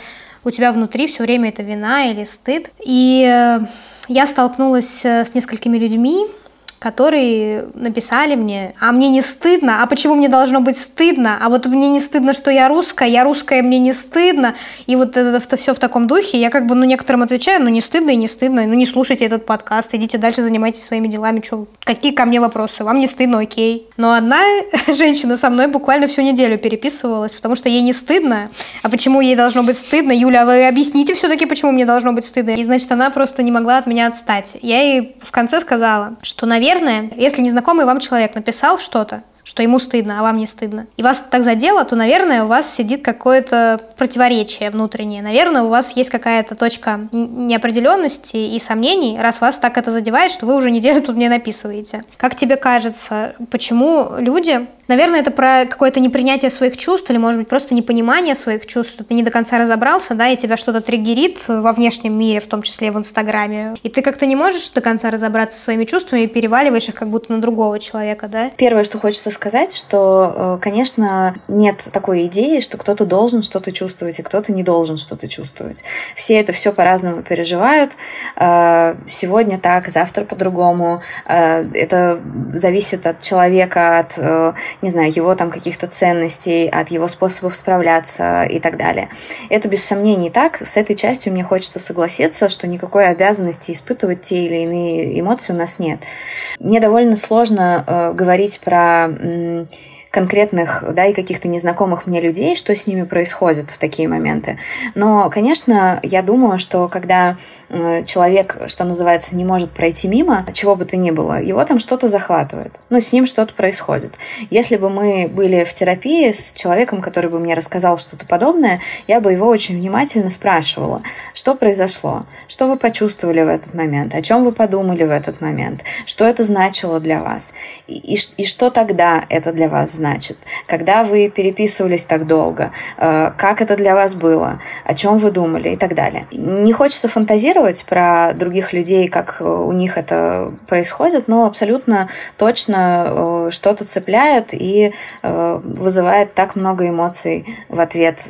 у тебя внутри все время это вина или стыд. И я столкнулась с несколькими людьми, которые написали мне: а мне не стыдно, а почему мне должно быть стыдно, а вот мне не стыдно, что я русская, мне не стыдно, и вот это все в таком духе. Я некоторым отвечаю: не стыдно и не стыдно, не слушайте этот подкаст, идите дальше, занимайтесь своими делами, какие ко мне вопросы, вам не стыдно, окей. Но одна женщина со мной буквально всю неделю переписывалась, потому что ей не стыдно, а почему ей должно быть стыдно? Юля, вы объясните все-таки, почему мне должно быть стыдно. И, значит, она просто не могла от меня отстать. Я ей в конце сказала, что, наверное, если незнакомый вам человек написал что-то, что ему стыдно, а вам не стыдно, и вас так задело, то, наверное, у вас сидит какое-то противоречие внутреннее. Наверное, у вас есть какая-то точка неопределенности и сомнений, раз вас так это задевает, что вы уже неделю тут мне написываете. Как тебе кажется, почему люди... Наверное, это про какое-то непринятие своих чувств или, может быть, просто непонимание своих чувств, что ты не до конца разобрался, да, и тебя что-то триггерит во внешнем мире, в том числе в Инстаграме, и ты как-то не можешь до конца разобраться со своими чувствами и переваливаешь их как будто на другого человека, да? Первое, что хочется сказать, что, конечно, нет такой идеи, что кто-то должен что-то чувствовать, и кто-то не должен что-то чувствовать. Все это все по-разному переживают. Сегодня так, завтра по-другому. Это зависит от человека, от, не знаю, его там каких-то ценностей, от его способов справляться и так далее. Это без сомнений так. С этой частью мне хочется согласиться, что никакой обязанности испытывать те или иные эмоции у нас нет. Мне довольно сложно говорить про конкретных, да, и каких-то незнакомых мне людей, что с ними происходит в такие моменты. Но, конечно, я думаю, что когда человек, что называется, не может пройти мимо, чего бы то ни было, его там что-то захватывает. С ним что-то происходит. Если бы мы были в терапии с человеком, который бы мне рассказал что-то подобное, я бы его очень внимательно спрашивала, что произошло, что вы почувствовали в этот момент, о чем вы подумали в этот момент, что это значило для вас, и что тогда это для вас значит, когда вы переписывались так долго, как это для вас было, о чем вы думали и так далее. Не хочется фантазировать про других людей, как у них это происходит, но абсолютно точно что-то цепляет и вызывает так много эмоций в ответ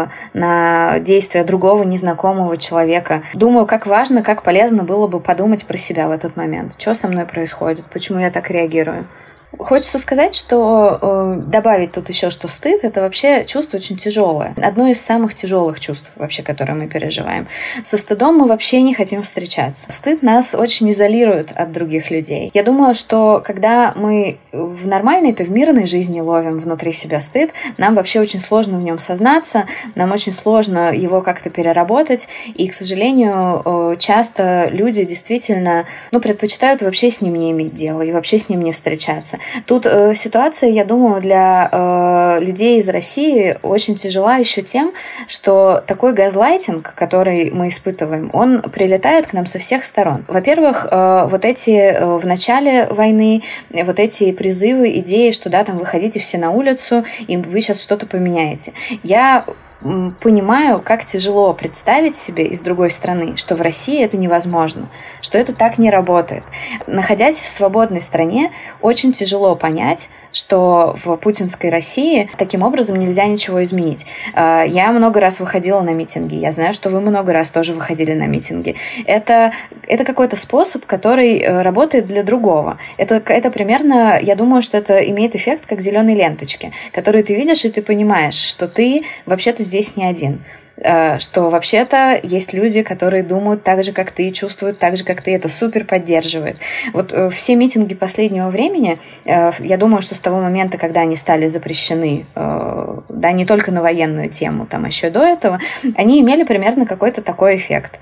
на действия другого незнакомого человека. Думаю, как важно, как полезно было бы подумать про себя в этот момент. Что со мной происходит, почему я так реагирую. Хочется сказать, что добавить тут еще, что стыд — это вообще чувство очень тяжелое. Одно из самых тяжелых чувств вообще, которые мы переживаем. Со стыдом мы вообще не хотим встречаться. Стыд нас очень изолирует от других людей. Я думаю, что когда мы в нормальной-то, в мирной жизни ловим внутри себя стыд, нам вообще очень сложно в нем сознаться, нам очень сложно его как-то переработать, и, к сожалению, часто люди действительно предпочитают вообще с ним не иметь дела и вообще с ним не встречаться. Тут ситуация, я думаю, для людей из России очень тяжела еще тем, что такой газлайтинг, который мы испытываем, он прилетает к нам со всех сторон. Во-первых, вот эти в начале войны, вот эти призывы, идеи, что да, там выходите все на улицу, и вы сейчас что-то поменяете. Я понимаю, как тяжело представить себе из другой страны, что в России это невозможно, что это так не работает. Находясь в свободной стране, очень тяжело понять, что в путинской России таким образом нельзя ничего изменить. Я много раз выходила на митинги, я знаю, что вы много раз тоже выходили на митинги. Это какой-то способ, который работает для другого. Это примерно, я думаю, что это имеет эффект как зеленой ленточки, которые ты видишь, и ты понимаешь, что ты вообще-то здесь не один. Что вообще-то есть люди, которые думают так же, как ты, чувствуют так же, как ты. Это супер поддерживает. Вот все митинги последнего времени, я думаю, что с того момента, когда они стали запрещены, да, не только на военную тему, там еще до этого, они имели примерно какой-то такой эффект.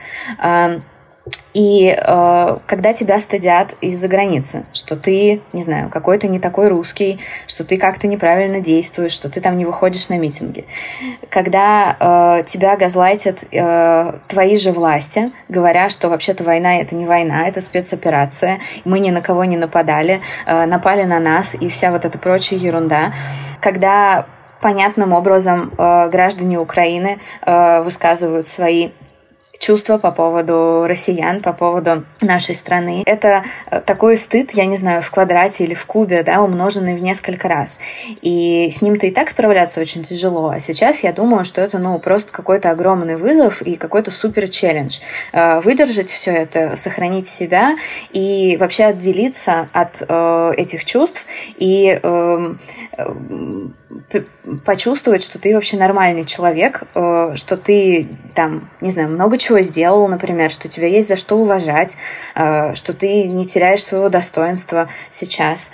И когда тебя стыдят из-за границы, что ты, не знаю, какой-то не такой русский, что ты как-то неправильно действуешь, что ты там не выходишь на митинги. Когда тебя газлайтят твои же власти, говоря, что вообще-то война — это не война, это спецоперация, мы ни на кого не нападали, напали на нас и вся вот эта прочая ерунда. Когда понятным образом граждане Украины высказывают свои чувства по поводу россиян, по поводу нашей страны. Это такой стыд, я не знаю, в квадрате или в кубе, да, умноженный в несколько раз. И с ним-то и так справляться очень тяжело. А сейчас я думаю, что это, просто какой-то огромный вызов и какой-то супер челлендж. Выдержать все это, сохранить себя и вообще отделиться от этих чувств и почувствовать, что ты вообще нормальный человек, что ты там, не знаю, много чего сделал, например, что тебя есть за что уважать, что ты не теряешь своего достоинства сейчас,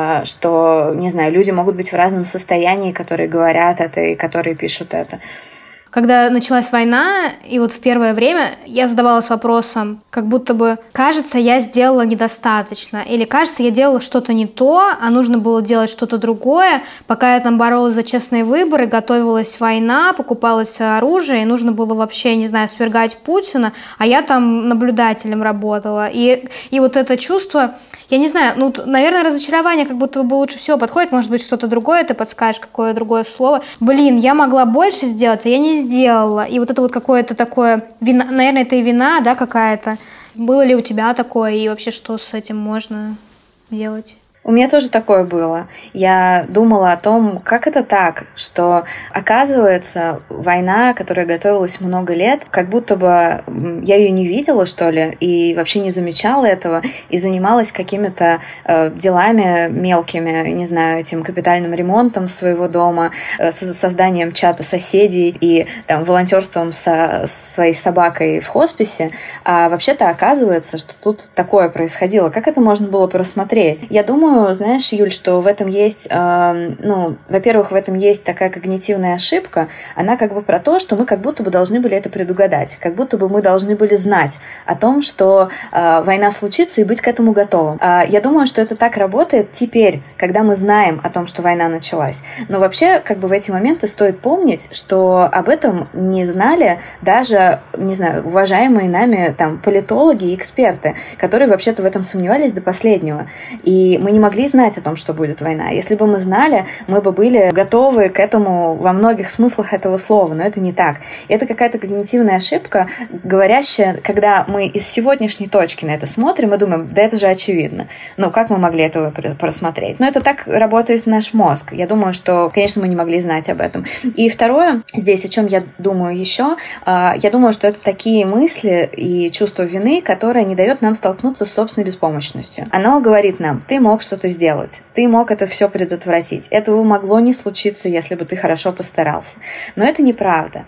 что, не знаю, люди могут быть в разном состоянии, которые говорят это и которые пишут это. Когда началась война, и вот в первое время я задавалась вопросом, как будто бы, кажется, я сделала недостаточно, или кажется, я делала что-то не то, а нужно было делать что-то другое. Пока я там боролась за честные выборы, готовилась война, покупалось оружие, и нужно было вообще, не знаю, свергать Путина, а я там наблюдателем работала. И вот это чувство... Я не знаю, наверное, разочарование как будто бы лучше всего подходит. Может быть, что-то другое ты подскажешь, какое другое слово. Я могла больше сделать, а я не сделала. И вот это вот какое-то такое... Вина, наверное, это и вина, да, какая-то. Было ли у тебя такое? И вообще, что с этим можно делать? У меня тоже такое было. Я думала о том, как это так, что, оказывается, война, которая готовилась много лет, как будто бы я ее не видела, что ли, и вообще не замечала этого, и занималась какими-то делами мелкими, не знаю, этим капитальным ремонтом своего дома, созданием чата соседей и там волонтерством со своей собакой в хосписе. А вообще-то оказывается, что тут такое происходило. Как это можно было просмотреть? Я думаю, знаешь, Юль, что в этом есть, во-первых, в этом есть такая когнитивная ошибка, она как бы про то, что мы как будто бы должны были это предугадать, как будто бы мы должны были знать о том, что война случится и быть к этому готовым. Я думаю, что это так работает теперь, когда мы знаем о том, что война началась. Но вообще, как бы в эти моменты стоит помнить, что об этом не знали даже, не знаю, уважаемые нами там политологи и эксперты, которые вообще-то в этом сомневались до последнего. И мы не могли знать о том, что будет война. Если бы мы знали, мы бы были готовы к этому во многих смыслах этого слова, но это не так. Это какая-то когнитивная ошибка, говорящая, когда мы из сегодняшней точки на это смотрим и думаем, да это же очевидно. Как мы могли этого просмотреть? Но это так работает наш мозг. Я думаю, что, конечно, мы не могли знать об этом. И второе, здесь, о чем я думаю еще, я думаю, что это такие мысли и чувство вины, которое не дает нам столкнуться с собственной беспомощностью. Оно говорит нам, ты мог что-то сделать, ты мог это все предотвратить. Этого могло не случиться, если бы ты хорошо постарался. Но это неправда.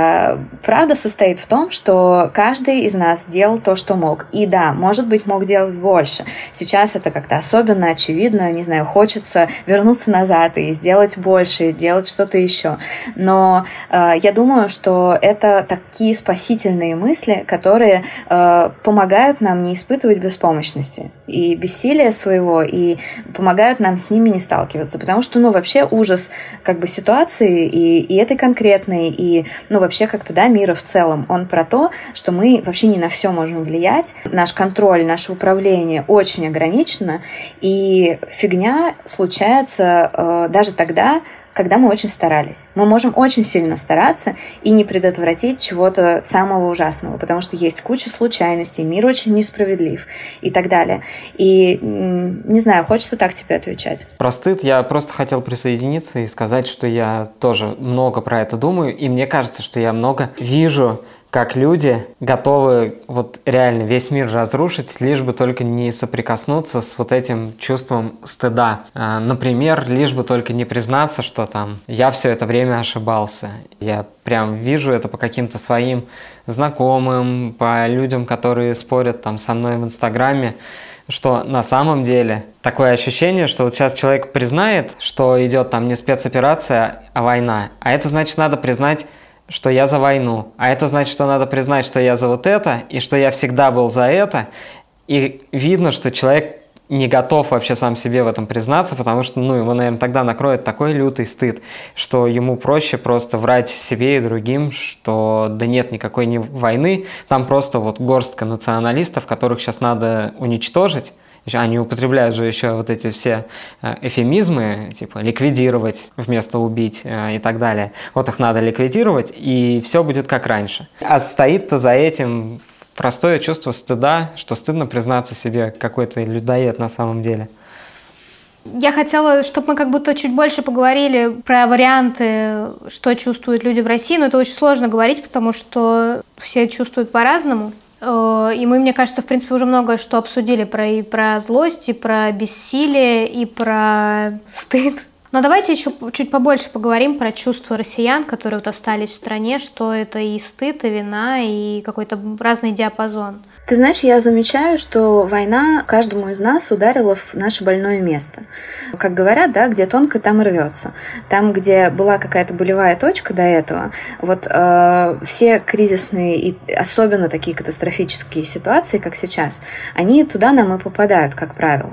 Правда состоит в том, что каждый из нас делал то, что мог. И да, может быть, мог делать больше. Сейчас это как-то особенно очевидно, не знаю, хочется вернуться назад и сделать больше, делать что-то еще. Но я думаю, что это такие спасительные мысли, которые помогают нам не испытывать беспомощности и бессилия своего, и помогают нам с ними не сталкиваться. Потому что, вообще ужас как бы ситуации и этой конкретной, и, вообще как-то, да, мира в целом, он про то, что мы вообще не на все можем влиять. Наш контроль, наше управление очень ограничено, и фигня случается даже тогда, когда мы очень старались. Мы можем очень сильно стараться и не предотвратить чего-то самого ужасного, потому что есть куча случайностей, мир очень несправедлив и так далее. И, не знаю, хочется так тебе отвечать. Про стыд я просто хотел присоединиться и сказать, что я тоже много про это думаю, и мне кажется, что я много вижу, как люди готовы вот реально весь мир разрушить, лишь бы только не соприкоснуться с вот этим чувством стыда. Например, лишь бы только не признаться, что там я все это время ошибался. Я прям вижу это по каким-то своим знакомым, по людям, которые спорят там со мной в Инстаграме, что на самом деле такое ощущение, что вот сейчас человек признает, что идет там не спецоперация, а война. А это значит, надо признать, что я за войну. А это значит, что надо признать, что я за вот это, и что я всегда был за это. И видно, что человек не готов вообще сам себе в этом признаться, потому что, его, наверное, тогда накроет такой лютый стыд, что ему проще просто врать себе и другим, что да нет никакой войны, там просто вот горстка националистов, которых сейчас надо уничтожить, Они употребляют же еще вот эти все эвфемизмы, типа ликвидировать вместо убить и так далее. Вот их надо ликвидировать, и все будет как раньше. А стоит-то за этим простое чувство стыда, что стыдно признаться себе, какой ты людоед на самом деле. Я хотела, чтобы мы как будто чуть больше поговорили про варианты, что чувствуют люди в России, но это очень сложно говорить, потому что все чувствуют по-разному. И мы, мне кажется, в принципе, уже многое что обсудили и про злость, и про бессилие, и про стыд. Но давайте еще чуть побольше поговорим про чувства россиян, которые вот остались в стране, что это и стыд, и вина, и какой-то разный диапазон. Ты знаешь, я замечаю, что война каждому из нас ударила в наше больное место. Как говорят, да, где тонко, там и рвется. Там, где была какая-то болевая точка до этого, вот все кризисные и особенно такие катастрофические ситуации, как сейчас, они туда нам и попадают, как правило.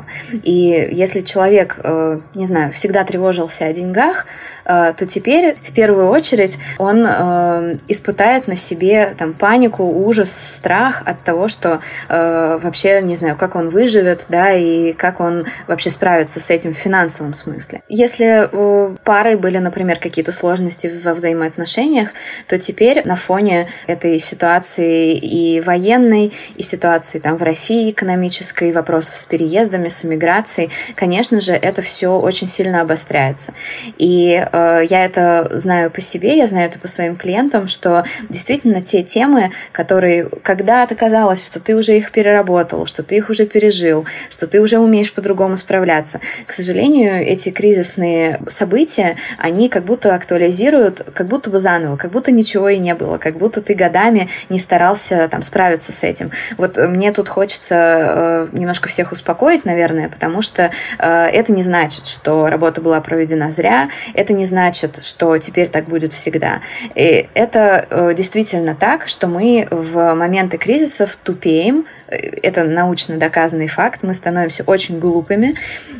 И если человек, не знаю, всегда тревожился о деньгах, то теперь в первую очередь он испытает на себе там панику, ужас, страх от того, что вообще, не знаю, как он выживет, да, и как он вообще справится с этим в финансовом смысле. Если у пары были, например, какие-то сложности во взаимоотношениях, то теперь на фоне этой ситуации и военной, и ситуации там в России экономической, вопросов с переездами, с эмиграцией, конечно же, это все очень сильно обостряется. И я это знаю по себе, я знаю это по своим клиентам, что действительно те темы, которые когда-то казалось, что ты уже их переработал, что ты их уже пережил, что ты уже умеешь по-другому справляться. К сожалению, эти кризисные события, они как будто актуализируют, как будто бы заново, как будто ничего и не было, как будто ты годами не старался там справиться с этим. Вот мне тут хочется немножко всех успокоить, наверное, потому что это не значит, что работа была проведена зря, это не значит, что теперь так будет всегда. И это действительно так, что мы в моменты кризисов тупеем, это научно доказанный факт, мы становимся очень глупыми,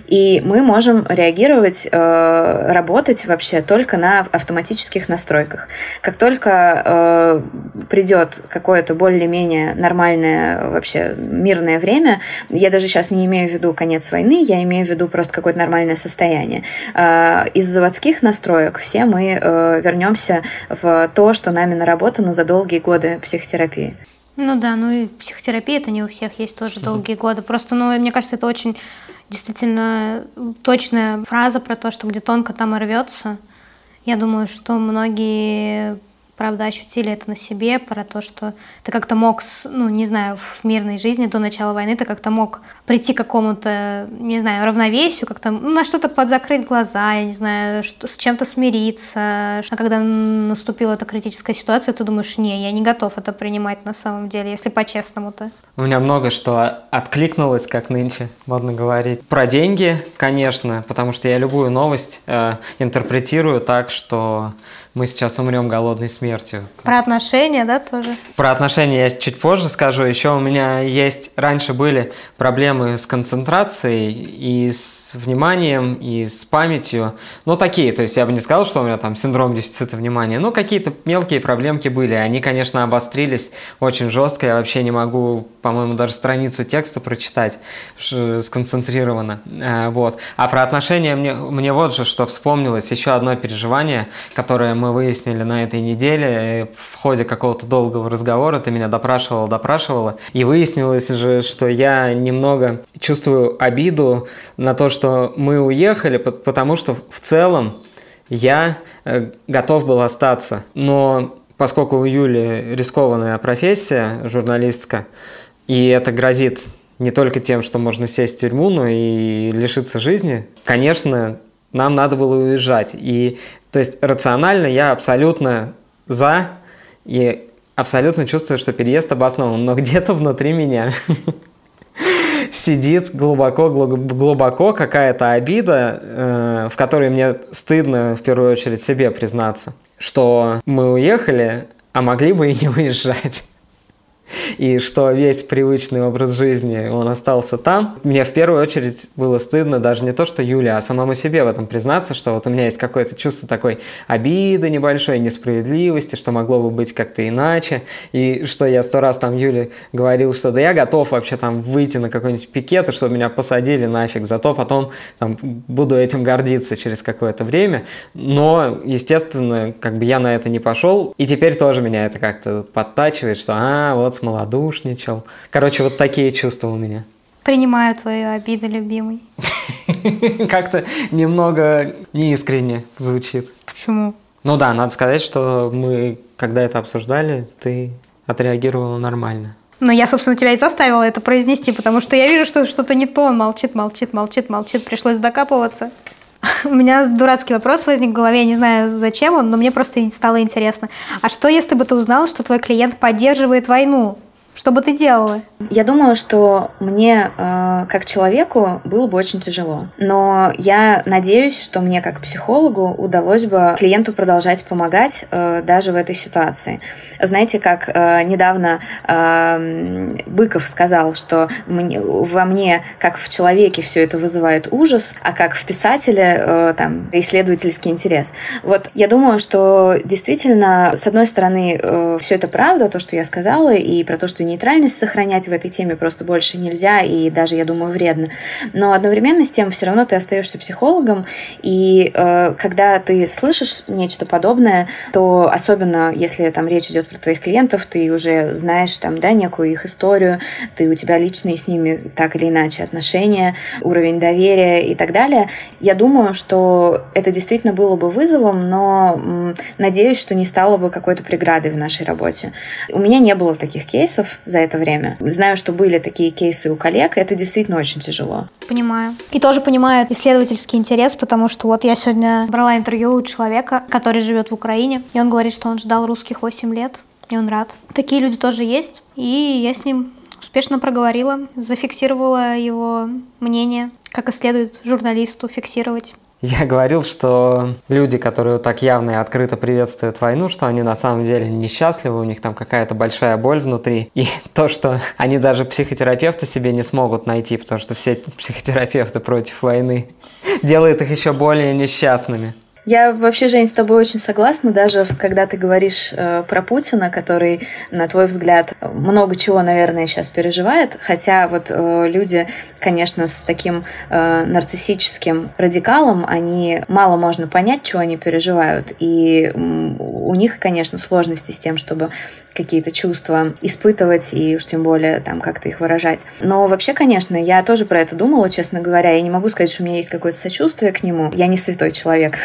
и мы можем реагировать, работать вообще только на автоматических настройках. Как только придет какое-то более-менее нормальное вообще мирное время, я даже сейчас не имею в виду конец войны, я имею в виду просто какое-то нормальное состояние. Из заводских настроек все мы вернемся в то, что нами наработано за долгие годы психотерапии. Ну да, ну и психотерапия, это не у всех есть тоже долгие годы. Просто, мне кажется, это очень действительно точная фраза про то, что где тонко, там и рвется. Я думаю, что многие, правда, ощутили это на себе, про то, что ты как-то мог, не знаю, в мирной жизни до начала войны ты как-то мог прийти к какому-то, не знаю, равновесию, как-то на что-то подзакрыть глаза, я не знаю, с чем-то смириться. А когда наступила эта критическая ситуация, ты думаешь, не, я не готов это принимать на самом деле, если по-честному-то. У меня много что откликнулось, как нынче модно говорить. Про деньги, конечно, потому что я любую новость интерпретирую так, что мы сейчас умрем голодной смертью. Про отношения, да, тоже? Про отношения я чуть позже скажу. Еще у меня раньше были проблемы с концентрацией и с вниманием, и с памятью. Такие, то есть я бы не сказал, что у меня там синдром дефицита внимания, какие-то мелкие проблемки были. Они, конечно, обострились очень жестко. Я вообще не могу, по-моему, даже страницу текста прочитать сконцентрированно. Вот. А про отношения мне вот же что вспомнилось. Еще одно переживание, которое мы выяснили на этой неделе в ходе какого-то долгого разговора. Ты меня допрашивала. И выяснилось же, что я немного чувствую обиду на то, что мы уехали, потому что в целом я готов был остаться. Но поскольку у Юли рискованная профессия, журналистка, и это грозит не только тем, что можно сесть в тюрьму, но и лишиться жизни, конечно, нам надо было уезжать. И то есть рационально я абсолютно за и абсолютно чувствую, что переезд обоснован. Но где-то внутри меня сидит глубоко какая-то обида, в которой мне стыдно в первую очередь себе признаться, что мы уехали, а могли бы и не уезжать. и что весь привычный образ жизни, он остался там, мне в первую очередь было стыдно даже не то, что Юля, а самому себе в этом признаться, что вот у меня есть какое-то чувство такой обиды небольшой, несправедливости, что могло бы быть как-то иначе, и что я 100 раз там Юле говорил, что да я готов вообще там выйти на какой-нибудь пикет, и чтобы меня посадили нафиг, зато потом там, буду этим гордиться через какое-то время, но, естественно, как бы я на это не пошел, и теперь тоже меня это как-то подтачивает, что вот смолодушничал. Короче, вот такие чувства у меня. Принимаю твою обиду, любимый. Как-то немного неискренне звучит. Почему? Ну да, надо сказать, что мы, когда это обсуждали, ты отреагировала нормально. Но я, собственно, тебя и заставила это произнести, потому что я вижу, что что-то не то. Он молчит. Пришлось докапываться. У меня дурацкий вопрос возник в голове, я не знаю, зачем он, но мне просто стало интересно. А что, если бы ты узнала, что твой клиент поддерживает войну? Что бы ты делала? Я думаю, что мне, как человеку, было бы очень тяжело. Но я надеюсь, что мне, как психологу, удалось бы клиенту продолжать помогать даже в этой ситуации. Знаете, как недавно Быков сказал, что во мне, как в человеке, все это вызывает ужас, а как в писателе там, исследовательский интерес. Вот я думаю, что действительно, с одной стороны, все это правда, то, что я сказала, и про то, что нейтральность сохранять в этой теме просто больше нельзя, и даже, я думаю, вредно. Но одновременно с тем все равно ты остаешься психологом, и когда ты слышишь нечто подобное, то особенно если там речь идет про твоих клиентов, ты уже знаешь там, да, некую их историю, у тебя личные с ними так или иначе отношения, уровень доверия и так далее. Я думаю, что это действительно было бы вызовом, но надеюсь, что не стало бы какой-то преградой в нашей работе. У меня не было таких кейсов за это время. Знаю, что были такие кейсы у коллег, и это действительно очень тяжело. Понимаю. И тоже понимаю исследовательский интерес, потому что вот я сегодня брала интервью у человека, который живет в Украине, и он говорит, что он ждал русских 8 лет, и он рад. Такие люди тоже есть, и я с ним успешно проговорила, зафиксировала его мнение, как и следует журналисту фиксировать. Я говорил, что люди, которые так явно и открыто приветствуют войну, что они на самом деле несчастливы, у них там какая-то большая боль внутри. И то, что они даже психотерапевта себе не смогут найти, потому что все психотерапевты против войны, делает их еще более несчастными. Я вообще, Жень, с тобой очень согласна, даже когда ты говоришь про Путина, который, на твой взгляд, много чего, наверное, сейчас переживает, хотя вот люди, конечно, с таким нарциссическим радикалом, они мало можно понять, чего они переживают, и у них, конечно, сложности с тем, чтобы какие-то чувства испытывать и уж тем более там как-то их выражать. Но вообще, конечно, я тоже про это думала, честно говоря. Я не могу сказать, что у меня есть какое-то сочувствие к нему. Я не святой человек.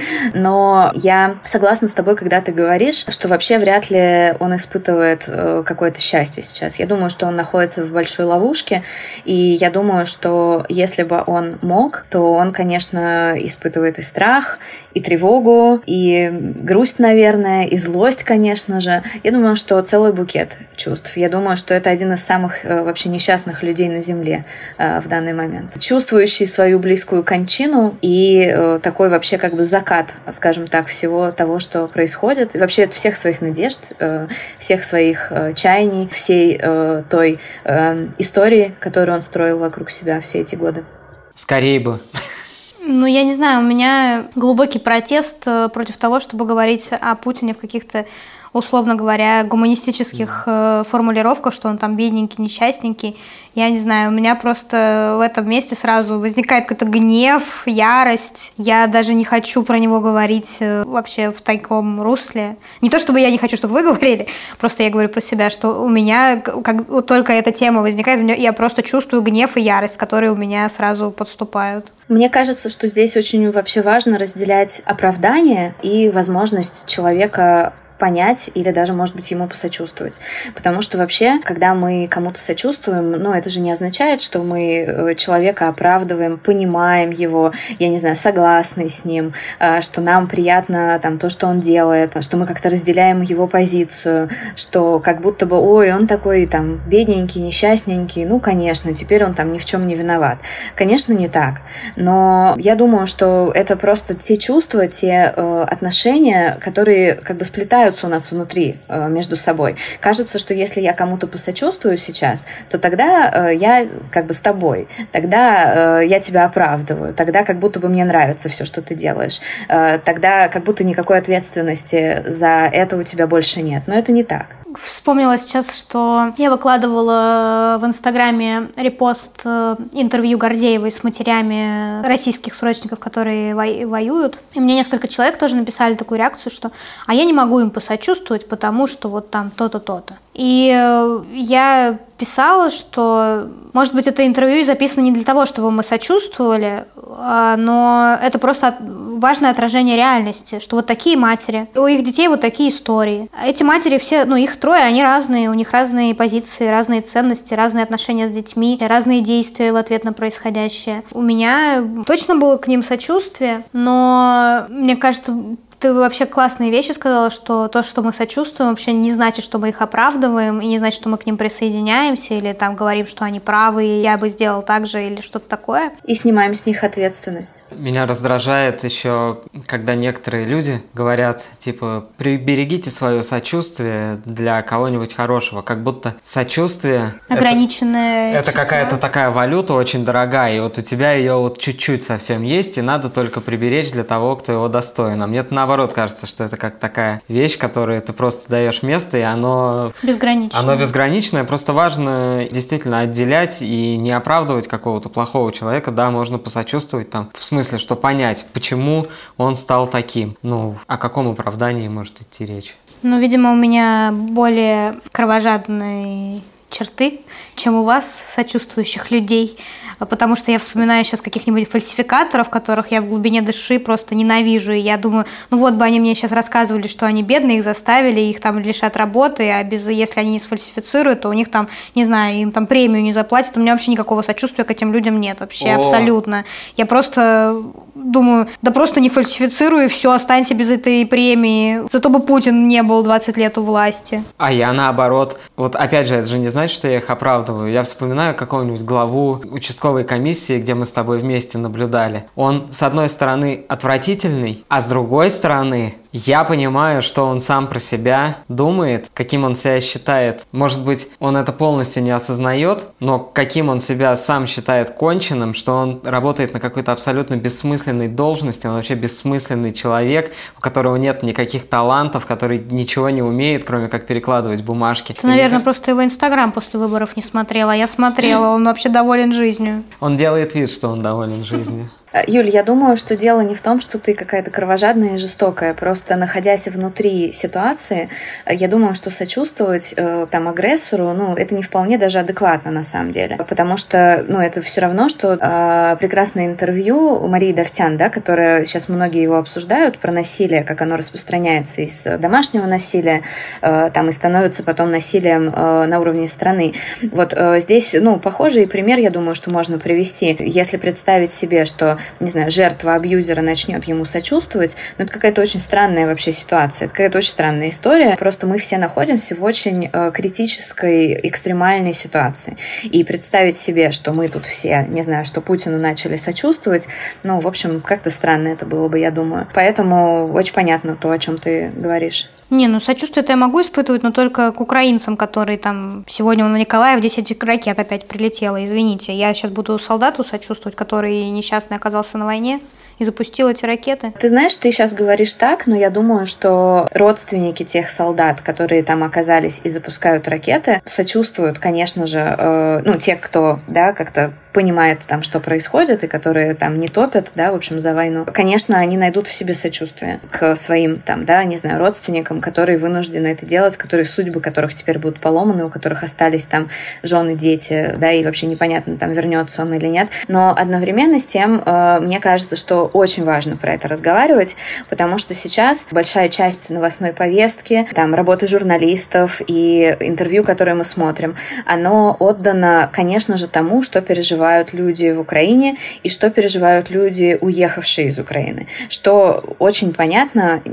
Но я согласна с тобой, когда ты говоришь, что вообще вряд ли он испытывает какое-то счастье сейчас. Я думаю, что он находится в большой ловушке, и я думаю, что если бы он мог, то он, конечно, испытывает и страх, и тревогу, и грусть, наверное, и злость, конечно же. Я думаю, что целый букет чувств. Я думаю, что это один из самых вообще несчастных людей на Земле в данный момент. Чувствующий свою близкую кончину и такой вообще как бы закат, скажем так, всего того, что происходит. И вообще всех своих надежд, всех своих чаяний, всей той истории, которую он строил вокруг себя все эти годы. Скорее бы. Ну, я не знаю, у меня глубокий протест против того, чтобы говорить о Путине в каких-то, условно говоря, гуманистических формулировках, что он там бедненький, несчастненький. Я не знаю, у меня просто в этом месте сразу возникает какой-то гнев, ярость. Я даже не хочу про него говорить вообще в таком русле. Не то, чтобы я не хочу, чтобы вы говорили, просто я говорю про себя, что у меня, как только эта тема возникает, я просто чувствую гнев и ярость, которые у меня сразу подступают. Мне кажется, что здесь очень вообще важно разделять оправдание и возможность человека понять или даже, может быть, ему посочувствовать. Потому что вообще, когда мы кому-то сочувствуем, ну, это же не означает, что мы человека оправдываем, понимаем его, я не знаю, согласны с ним, что нам приятно там то, что он делает, что мы как-то разделяем его позицию, что как будто бы, ой, он такой там бедненький, несчастненький, ну, конечно, теперь он там ни в чем не виноват. Конечно, не так. Но я думаю, что это просто те чувства, те отношения, которые как бы сплетают срываются у нас внутри между собой. Кажется, что если я кому-то посочувствую сейчас, то тогда я как бы с тобой, тогда я тебя оправдываю, тогда как будто бы мне нравится все, что ты делаешь, тогда как будто никакой ответственности за это у тебя больше нет. Но это не так. Вспомнила сейчас, что я выкладывала в Инстаграме репост интервью Гордеевой с матерями российских срочников, которые воюют. И мне несколько человек тоже написали такую реакцию, что «а я не могу им посочувствовать, потому что вот там то-то, то-то». И я писала, что, может быть, это интервью записано не для того, чтобы мы сочувствовали, но это просто важное отражение реальности, что вот такие матери, у их детей вот такие истории. Эти матери все, их трое, они разные, у них разные позиции, разные ценности, разные отношения с детьми, разные действия в ответ на происходящее. У меня точно было к ним сочувствие, но мне кажется, ты вообще классные вещи сказала, что то, что мы сочувствуем, вообще не значит, что мы их оправдываем, и не значит, что мы к ним присоединяемся, или там говорим, что они правы, и я бы сделал так же, или что-то такое. И снимаем с них ответственность. Меня раздражает еще, когда некоторые люди говорят, типа, приберегите свое сочувствие для кого-нибудь хорошего, как будто сочувствие... Ограниченное это какая-то такая валюта очень дорогая, и вот у тебя ее вот чуть-чуть совсем есть, и надо только приберечь для того, кто его достоин. А мне-то наоборот кажется, что это как такая вещь, которую ты просто даешь место, и оно безграничное. Просто важно действительно отделять и не оправдывать какого-то плохого человека. Да, можно посочувствовать там, в смысле, что понять, почему он стал таким. О каком оправдании может идти речь? Видимо, у меня более кровожадные черты, чем у вас, сочувствующих людей. Потому что я вспоминаю сейчас каких-нибудь фальсификаторов, которых я в глубине души просто ненавижу. И я думаю, вот бы они мне сейчас рассказывали, что они бедные, их заставили, их там лишат работы, а если они не сфальсифицируют, то у них там, не знаю, им там премию не заплатят. У меня вообще никакого сочувствия к этим людям нет вообще, абсолютно. Я просто думаю, да просто не фальсифицируй, и все, останься без этой премии. Зато бы Путин не был 20 лет у власти. А я наоборот. Вот опять же, это же не значит, что я их оправдываю. Я вспоминаю какого-нибудь главу участковой комиссии, где мы с тобой вместе наблюдали. Он, с одной стороны, отвратительный, а с другой стороны, я понимаю, что он сам про себя думает, каким он себя считает. Может быть, он это полностью не осознает, но каким он себя сам считает конченным, что он работает на какой-то абсолютно бессмысленной должности, он вообще бессмысленный человек, у которого нет никаких талантов, который ничего не умеет, кроме как перекладывать бумажки. Ты, наверное, просто его Инстаграм после выборов не смотрела. Я смотрела, он вообще доволен жизнью. Он делает вид, что он доволен жизнью. Юль, я думаю, что дело не в том, что ты какая-то кровожадная и жестокая. Просто находясь внутри ситуации, я думаю, что сочувствовать там агрессору, это не вполне даже адекватно на самом деле. Потому что, это все равно, что прекрасное интервью у Марии Давтян, да, которое сейчас многие его обсуждают, про насилие, как оно распространяется из домашнего насилия, там и становится потом насилием на уровне страны. Вот здесь, похожий пример, я думаю, что можно привести. Если представить себе, что не знаю, жертва абьюзера начнет ему сочувствовать, это какая-то очень странная вообще ситуация, это какая-то очень странная история. Просто мы все находимся в очень критической, экстремальной ситуации. И представить себе, что мы тут все, не знаю, что Путину начали сочувствовать, в общем, как-то странно это было бы, я думаю. Поэтому очень понятно то, о чем ты говоришь. Сочувствие-то я могу испытывать, но только к украинцам, которые там... Сегодня на Николаев 10 ракет опять прилетело, извините. Я сейчас буду солдату сочувствовать, который несчастный оказался на войне и запустил эти ракеты. Ты знаешь, ты сейчас говоришь так, но я думаю, что родственники тех солдат, которые там оказались и запускают ракеты, сочувствуют, конечно же, те, кто, да, как-то понимает там, что происходит, и которые там не топят, да, в общем, за войну. Конечно, они найдут в себе сочувствие к своим там, да, не знаю, родственникам, которые вынуждены это делать, судьбы которых теперь будут поломаны, у которых остались там жены, дети, да, и вообще непонятно, там вернется он или нет. Но одновременно с тем, мне кажется, что очень важно про это разговаривать, потому что сейчас большая часть новостной повестки, там, работы журналистов и интервью, которые мы смотрим, оно отдано, конечно же, тому, что переживают люди в Украине и что переживают люди, уехавшие из Украины. Что очень понятно,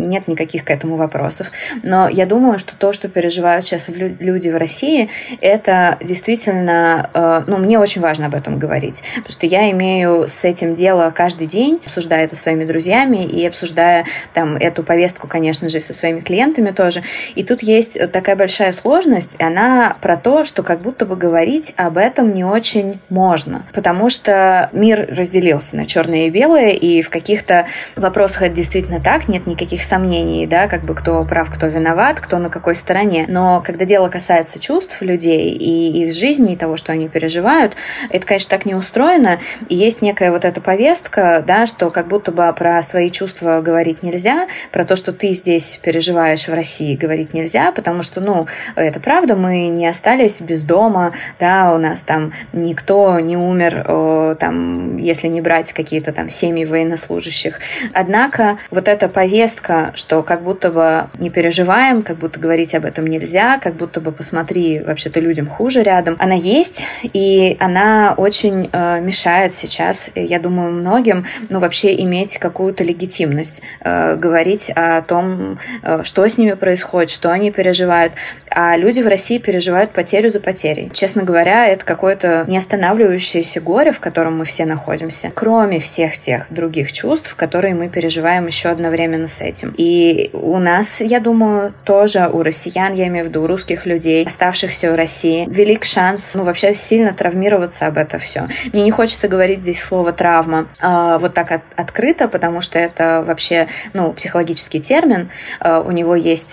нет никаких к этому вопросов. Но я думаю, что то, что переживают сейчас люди в России, это действительно, мне очень важно об этом говорить, потому что я имею с этим дело каждый день, обсуждая это со своими друзьями и обсуждая там эту повестку, конечно же, со своими клиентами тоже. И тут есть такая большая сложность, и она про то, что как будто бы говорить об этом не очень можно, потому что мир разделился на черное и белое, и в каких-то вопросах это действительно так, нет никаких сомнений, да, как бы кто прав, кто виноват, кто на какой стороне. Но когда дело касается чувств людей и их жизни, и того, что они переживают, это, конечно, так не устроено, и есть некая вот эта повестка, да, что как будто бы про свои чувства говорить нельзя, про то, что ты здесь переживаешь в России, говорить нельзя, потому что, это правда, мы не остались без дома, да, у нас там никто не умер, там, если не брать какие-то там семьи военнослужащих. Однако вот эта повестка, что как будто бы не переживаем, как будто говорить об этом нельзя, как будто бы посмотри, вообще-то людям хуже рядом, она есть, и она очень мешает сейчас, я думаю, многим, вообще иметь какую-то легитимность, говорить о том, что с ними происходит, что они переживают. А люди в России переживают потерю за потерей. Честно говоря, это какое-то неостанавливающееся горе, в котором мы все находимся, кроме всех тех других чувств, которые мы переживаем еще одновременно с этим. И у нас, я думаю, тоже у россиян, я имею в виду у русских людей, оставшихся в России, велик шанс, вообще сильно травмироваться об это все. Мне не хочется говорить здесь слово «травма» вот так открыто, потому что это вообще, психологический термин, у него есть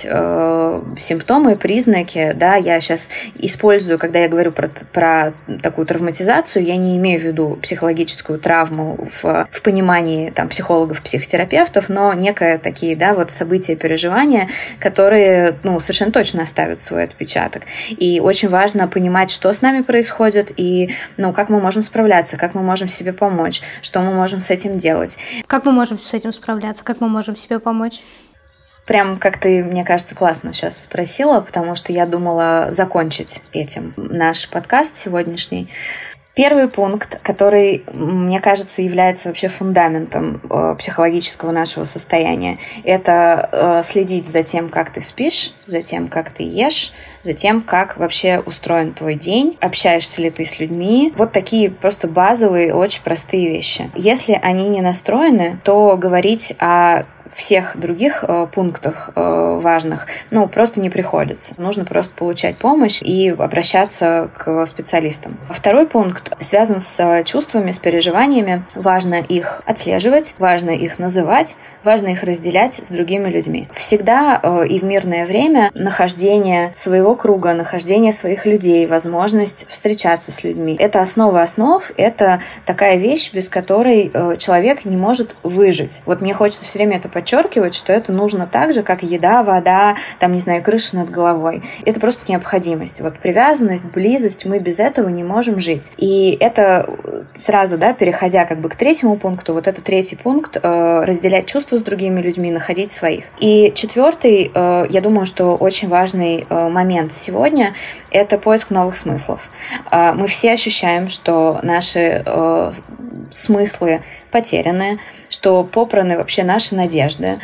симптомы, признаки, да, я сейчас использую, когда я говорю про такую травматизацию, я не имею в виду психологическую травму в понимании там психологов, психотерапевтов, но некое такие, да, вот события, переживания, которые, совершенно точно оставят свой отпечаток. И очень важно понимать, что с нами происходит и, как мы можем справляться, как мы можем себе помочь, что мы можем с этим делать. Как мы можем с этим справляться, как мы можем себе помочь? Прям как ты, мне кажется, классно сейчас спросила, потому что я думала закончить этим наш подкаст сегодняшний. Первый пункт, который, мне кажется, является вообще фундаментом психологического нашего состояния, это следить за тем, как ты спишь, за тем, как ты ешь, за тем, как вообще устроен твой день, общаешься ли ты с людьми. Вот такие просто базовые, очень простые вещи. Если они не настроены, то говорить о всех других пунктах важных, просто не приходится. Нужно просто получать помощь и обращаться к специалистам. Второй пункт связан с чувствами, с переживаниями. Важно их отслеживать, важно их называть, важно их разделять с другими людьми. Всегда и в мирное время нахождение своего круга, нахождение своих людей, возможность встречаться с людьми — это основа основ, это такая вещь, без которой человек не может выжить. Вот мне хочется все время это подчеркивать, что это нужно так же, как еда, вода, крыша над головой. Это просто необходимость. Вот привязанность, близость, мы без этого не можем жить. И это сразу, переходя к третьему пункту, вот это третий пункт, разделять чувства с другими людьми, находить своих. И четвертый, я думаю, что очень важный момент сегодня — это поиск новых смыслов. Мы все ощущаем, что наши смыслы потеряны, что попраны вообще наши надежды.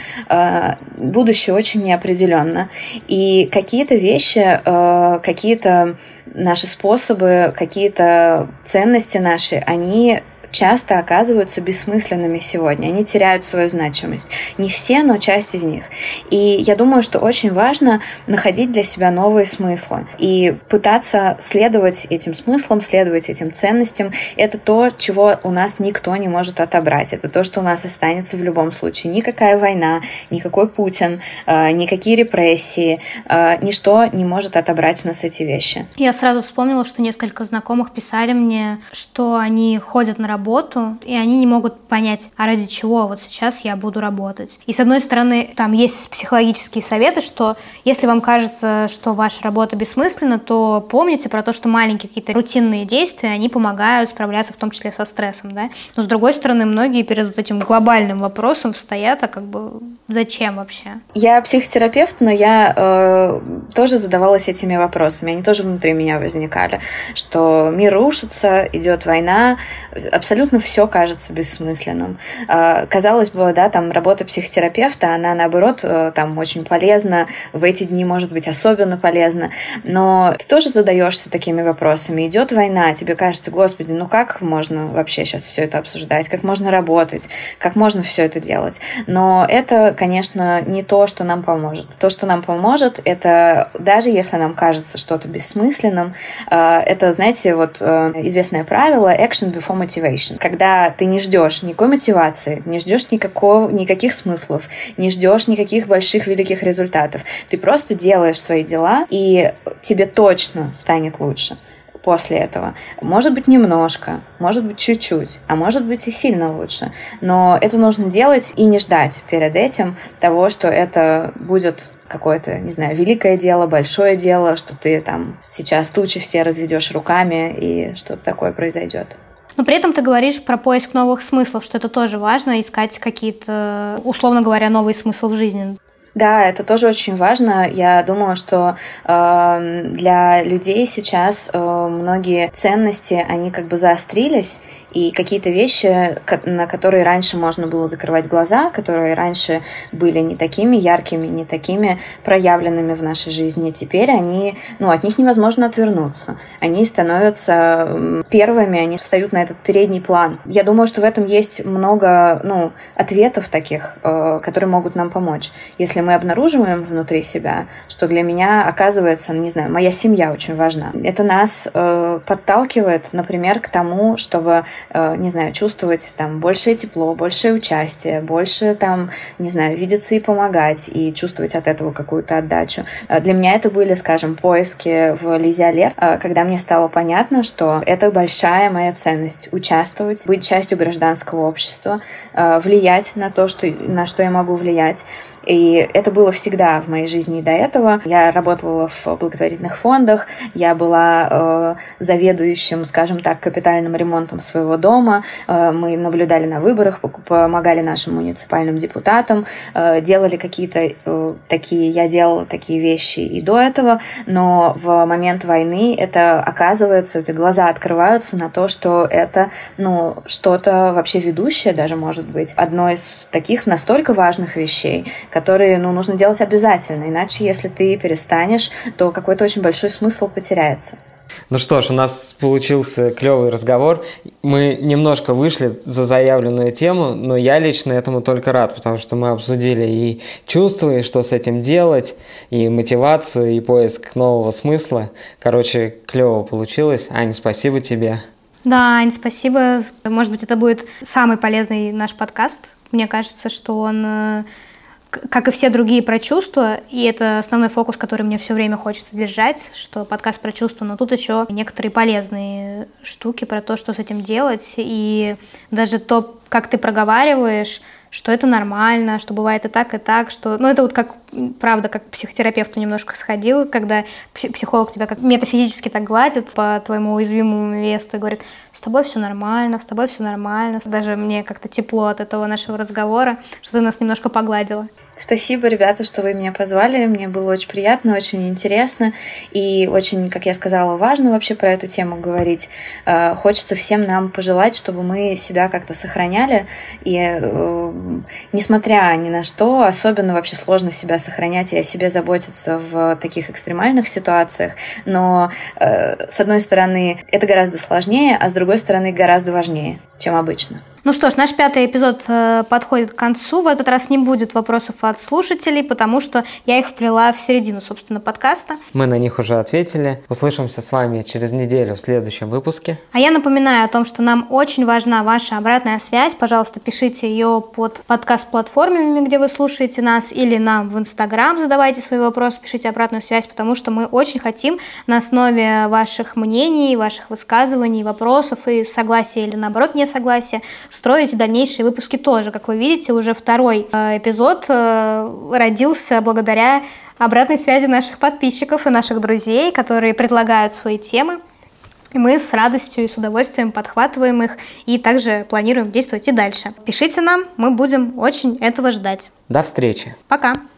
Будущее очень неопределенно. И какие-то вещи, какие-то наши способы, какие-то ценности наши, они часто оказываются бессмысленными сегодня. Они теряют свою значимость. Не все, но часть из них. И я думаю, что очень важно находить для себя новые смыслы и пытаться следовать этим смыслам, следовать этим ценностям. Это то, чего у нас никто не может отобрать. Это то, что у нас останется в любом случае. Никакая война, никакой Путин, никакие репрессии, ничто не может отобрать у нас эти вещи. Я сразу вспомнила, что несколько знакомых писали мне, что они ходят на работу, и они не могут понять, а ради чего вот сейчас я буду работать. И с одной стороны, там есть психологические советы, что если вам кажется, что ваша работа бессмысленна, то помните про то, что маленькие какие-то рутинные действия, они помогают справляться в том числе со стрессом, да. Но с другой стороны, многие перед вот этим глобальным вопросом стоят, а зачем вообще? Я психотерапевт, но я тоже задавалась этими вопросами. Они тоже внутри меня возникали, что мир рушится, идет война, абсолютно абсолютно все кажется бессмысленным. Казалось бы, да, там работа психотерапевта, она, наоборот, там очень полезна, в эти дни может быть особенно полезна, но ты тоже задаешься такими вопросами. Идет война, тебе кажется, господи, ну как можно вообще сейчас все это обсуждать, как можно работать, как можно все это делать. Но это, конечно, не то, что нам поможет. То, что нам поможет, это даже если нам кажется что-то бессмысленным, это, знаете, вот известное правило action before motivation. Когда ты не ждешь никакой мотивации, не ждешь никаких смыслов, не ждешь никаких больших великих результатов. Ты просто делаешь свои дела, и тебе точно станет лучше после этого. Может быть, немножко, может быть, чуть-чуть, а может быть и сильно лучше. Но это нужно делать и не ждать перед этим того, что это будет какое-то, не знаю, великое дело, большое дело, что ты там сейчас тучи все разведешь руками и что-то такое произойдет. Но при этом ты говоришь про поиск новых смыслов, что это тоже важно, искать какие-то, условно говоря, новые смыслы в жизни. Да, это тоже очень важно. Я думаю, что для людей сейчас многие ценности, они как бы заострились, и какие-то вещи, на которые раньше можно было закрывать глаза, которые раньше были не такими яркими, не такими проявленными в нашей жизни, теперь они, от них невозможно отвернуться. Они становятся первыми, они встают на этот передний план. Я думаю, что в этом есть много, ответов таких, которые могут нам помочь. Если мы обнаруживаем внутри себя, что для меня, оказывается, моя семья очень важна. Это нас подталкивает, например, к тому, чтобы, чувствовать там большее тепло, большее участие, больше там, видеться и помогать, и чувствовать от этого какую-то отдачу. Для меня это были, скажем, поиски в Лизе Алерт, когда мне стало понятно, что это большая моя ценность — участвовать, быть частью гражданского общества, влиять на то, на что я могу влиять. И это было всегда в моей жизни и до этого. Я работала в благотворительных фондах, я была заведующим, скажем так, капитальным ремонтом своего дома. Мы наблюдали на выборах, помогали нашим муниципальным депутатам, делали я делала такие вещи и до этого, но в момент войны это, оказывается, эти глаза открываются на то, что это, что-то вообще ведущее даже может быть. Одно из таких настолько важных вещей, которые, нужно делать обязательно. Иначе, если ты перестанешь, то какой-то очень большой смысл потеряется. Ну что ж, у нас получился клевый разговор. Мы немножко вышли за заявленную тему, но я лично этому только рад, потому что мы обсудили и чувства, и что с этим делать, и мотивацию, и поиск нового смысла. Короче, клево получилось. Аня, спасибо тебе. Да, Ань, спасибо. Может быть, это будет самый полезный наш подкаст. Мне кажется, что он, как и все другие, про чувства, и это основной фокус, который мне все время хочется держать, что подкаст про чувства, но тут еще некоторые полезные штуки про то, что с этим делать, и даже то, как ты проговариваешь, что это нормально, что бывает и так, что... это вот как, правда, как к психотерапевту немножко сходил, когда психолог тебя как метафизически так гладит по твоему уязвимому месту и говорит: с тобой все нормально, с тобой все нормально. Даже мне как-то тепло от этого нашего разговора, что ты нас немножко погладила. Спасибо, ребята, что вы меня позвали. Мне было очень приятно, очень интересно и очень, как я сказала, важно вообще про эту тему говорить. Хочется всем нам пожелать, чтобы мы себя как-то сохраняли. И несмотря ни на что, особенно вообще сложно себя сохранять и о себе заботиться в таких экстремальных ситуациях. Но, с одной стороны, это гораздо сложнее, а с другой стороны, гораздо важнее, чем обычно. Ну что ж, наш 5-й эпизод подходит к концу. В этот раз не будет вопросов от слушателей, потому что я их вплела в середину, собственно, подкаста. Мы на них уже ответили. Услышимся с вами через неделю в следующем выпуске. А я напоминаю о том, что нам очень важна ваша обратная связь. Пожалуйста, пишите ее под подкаст-платформами, где вы слушаете нас, или нам в Инстаграм задавайте свои вопросы, пишите обратную связь, потому что мы очень хотим на основе ваших мнений, ваших высказываний, вопросов и согласия или, наоборот, несогласия строить дальнейшие выпуски тоже. Как вы видите, уже 2-й эпизод родился благодаря обратной связи наших подписчиков и наших друзей, которые предлагают свои темы. И мы с радостью и с удовольствием подхватываем их и также планируем действовать и дальше. Пишите нам, мы будем очень этого ждать. До встречи. Пока.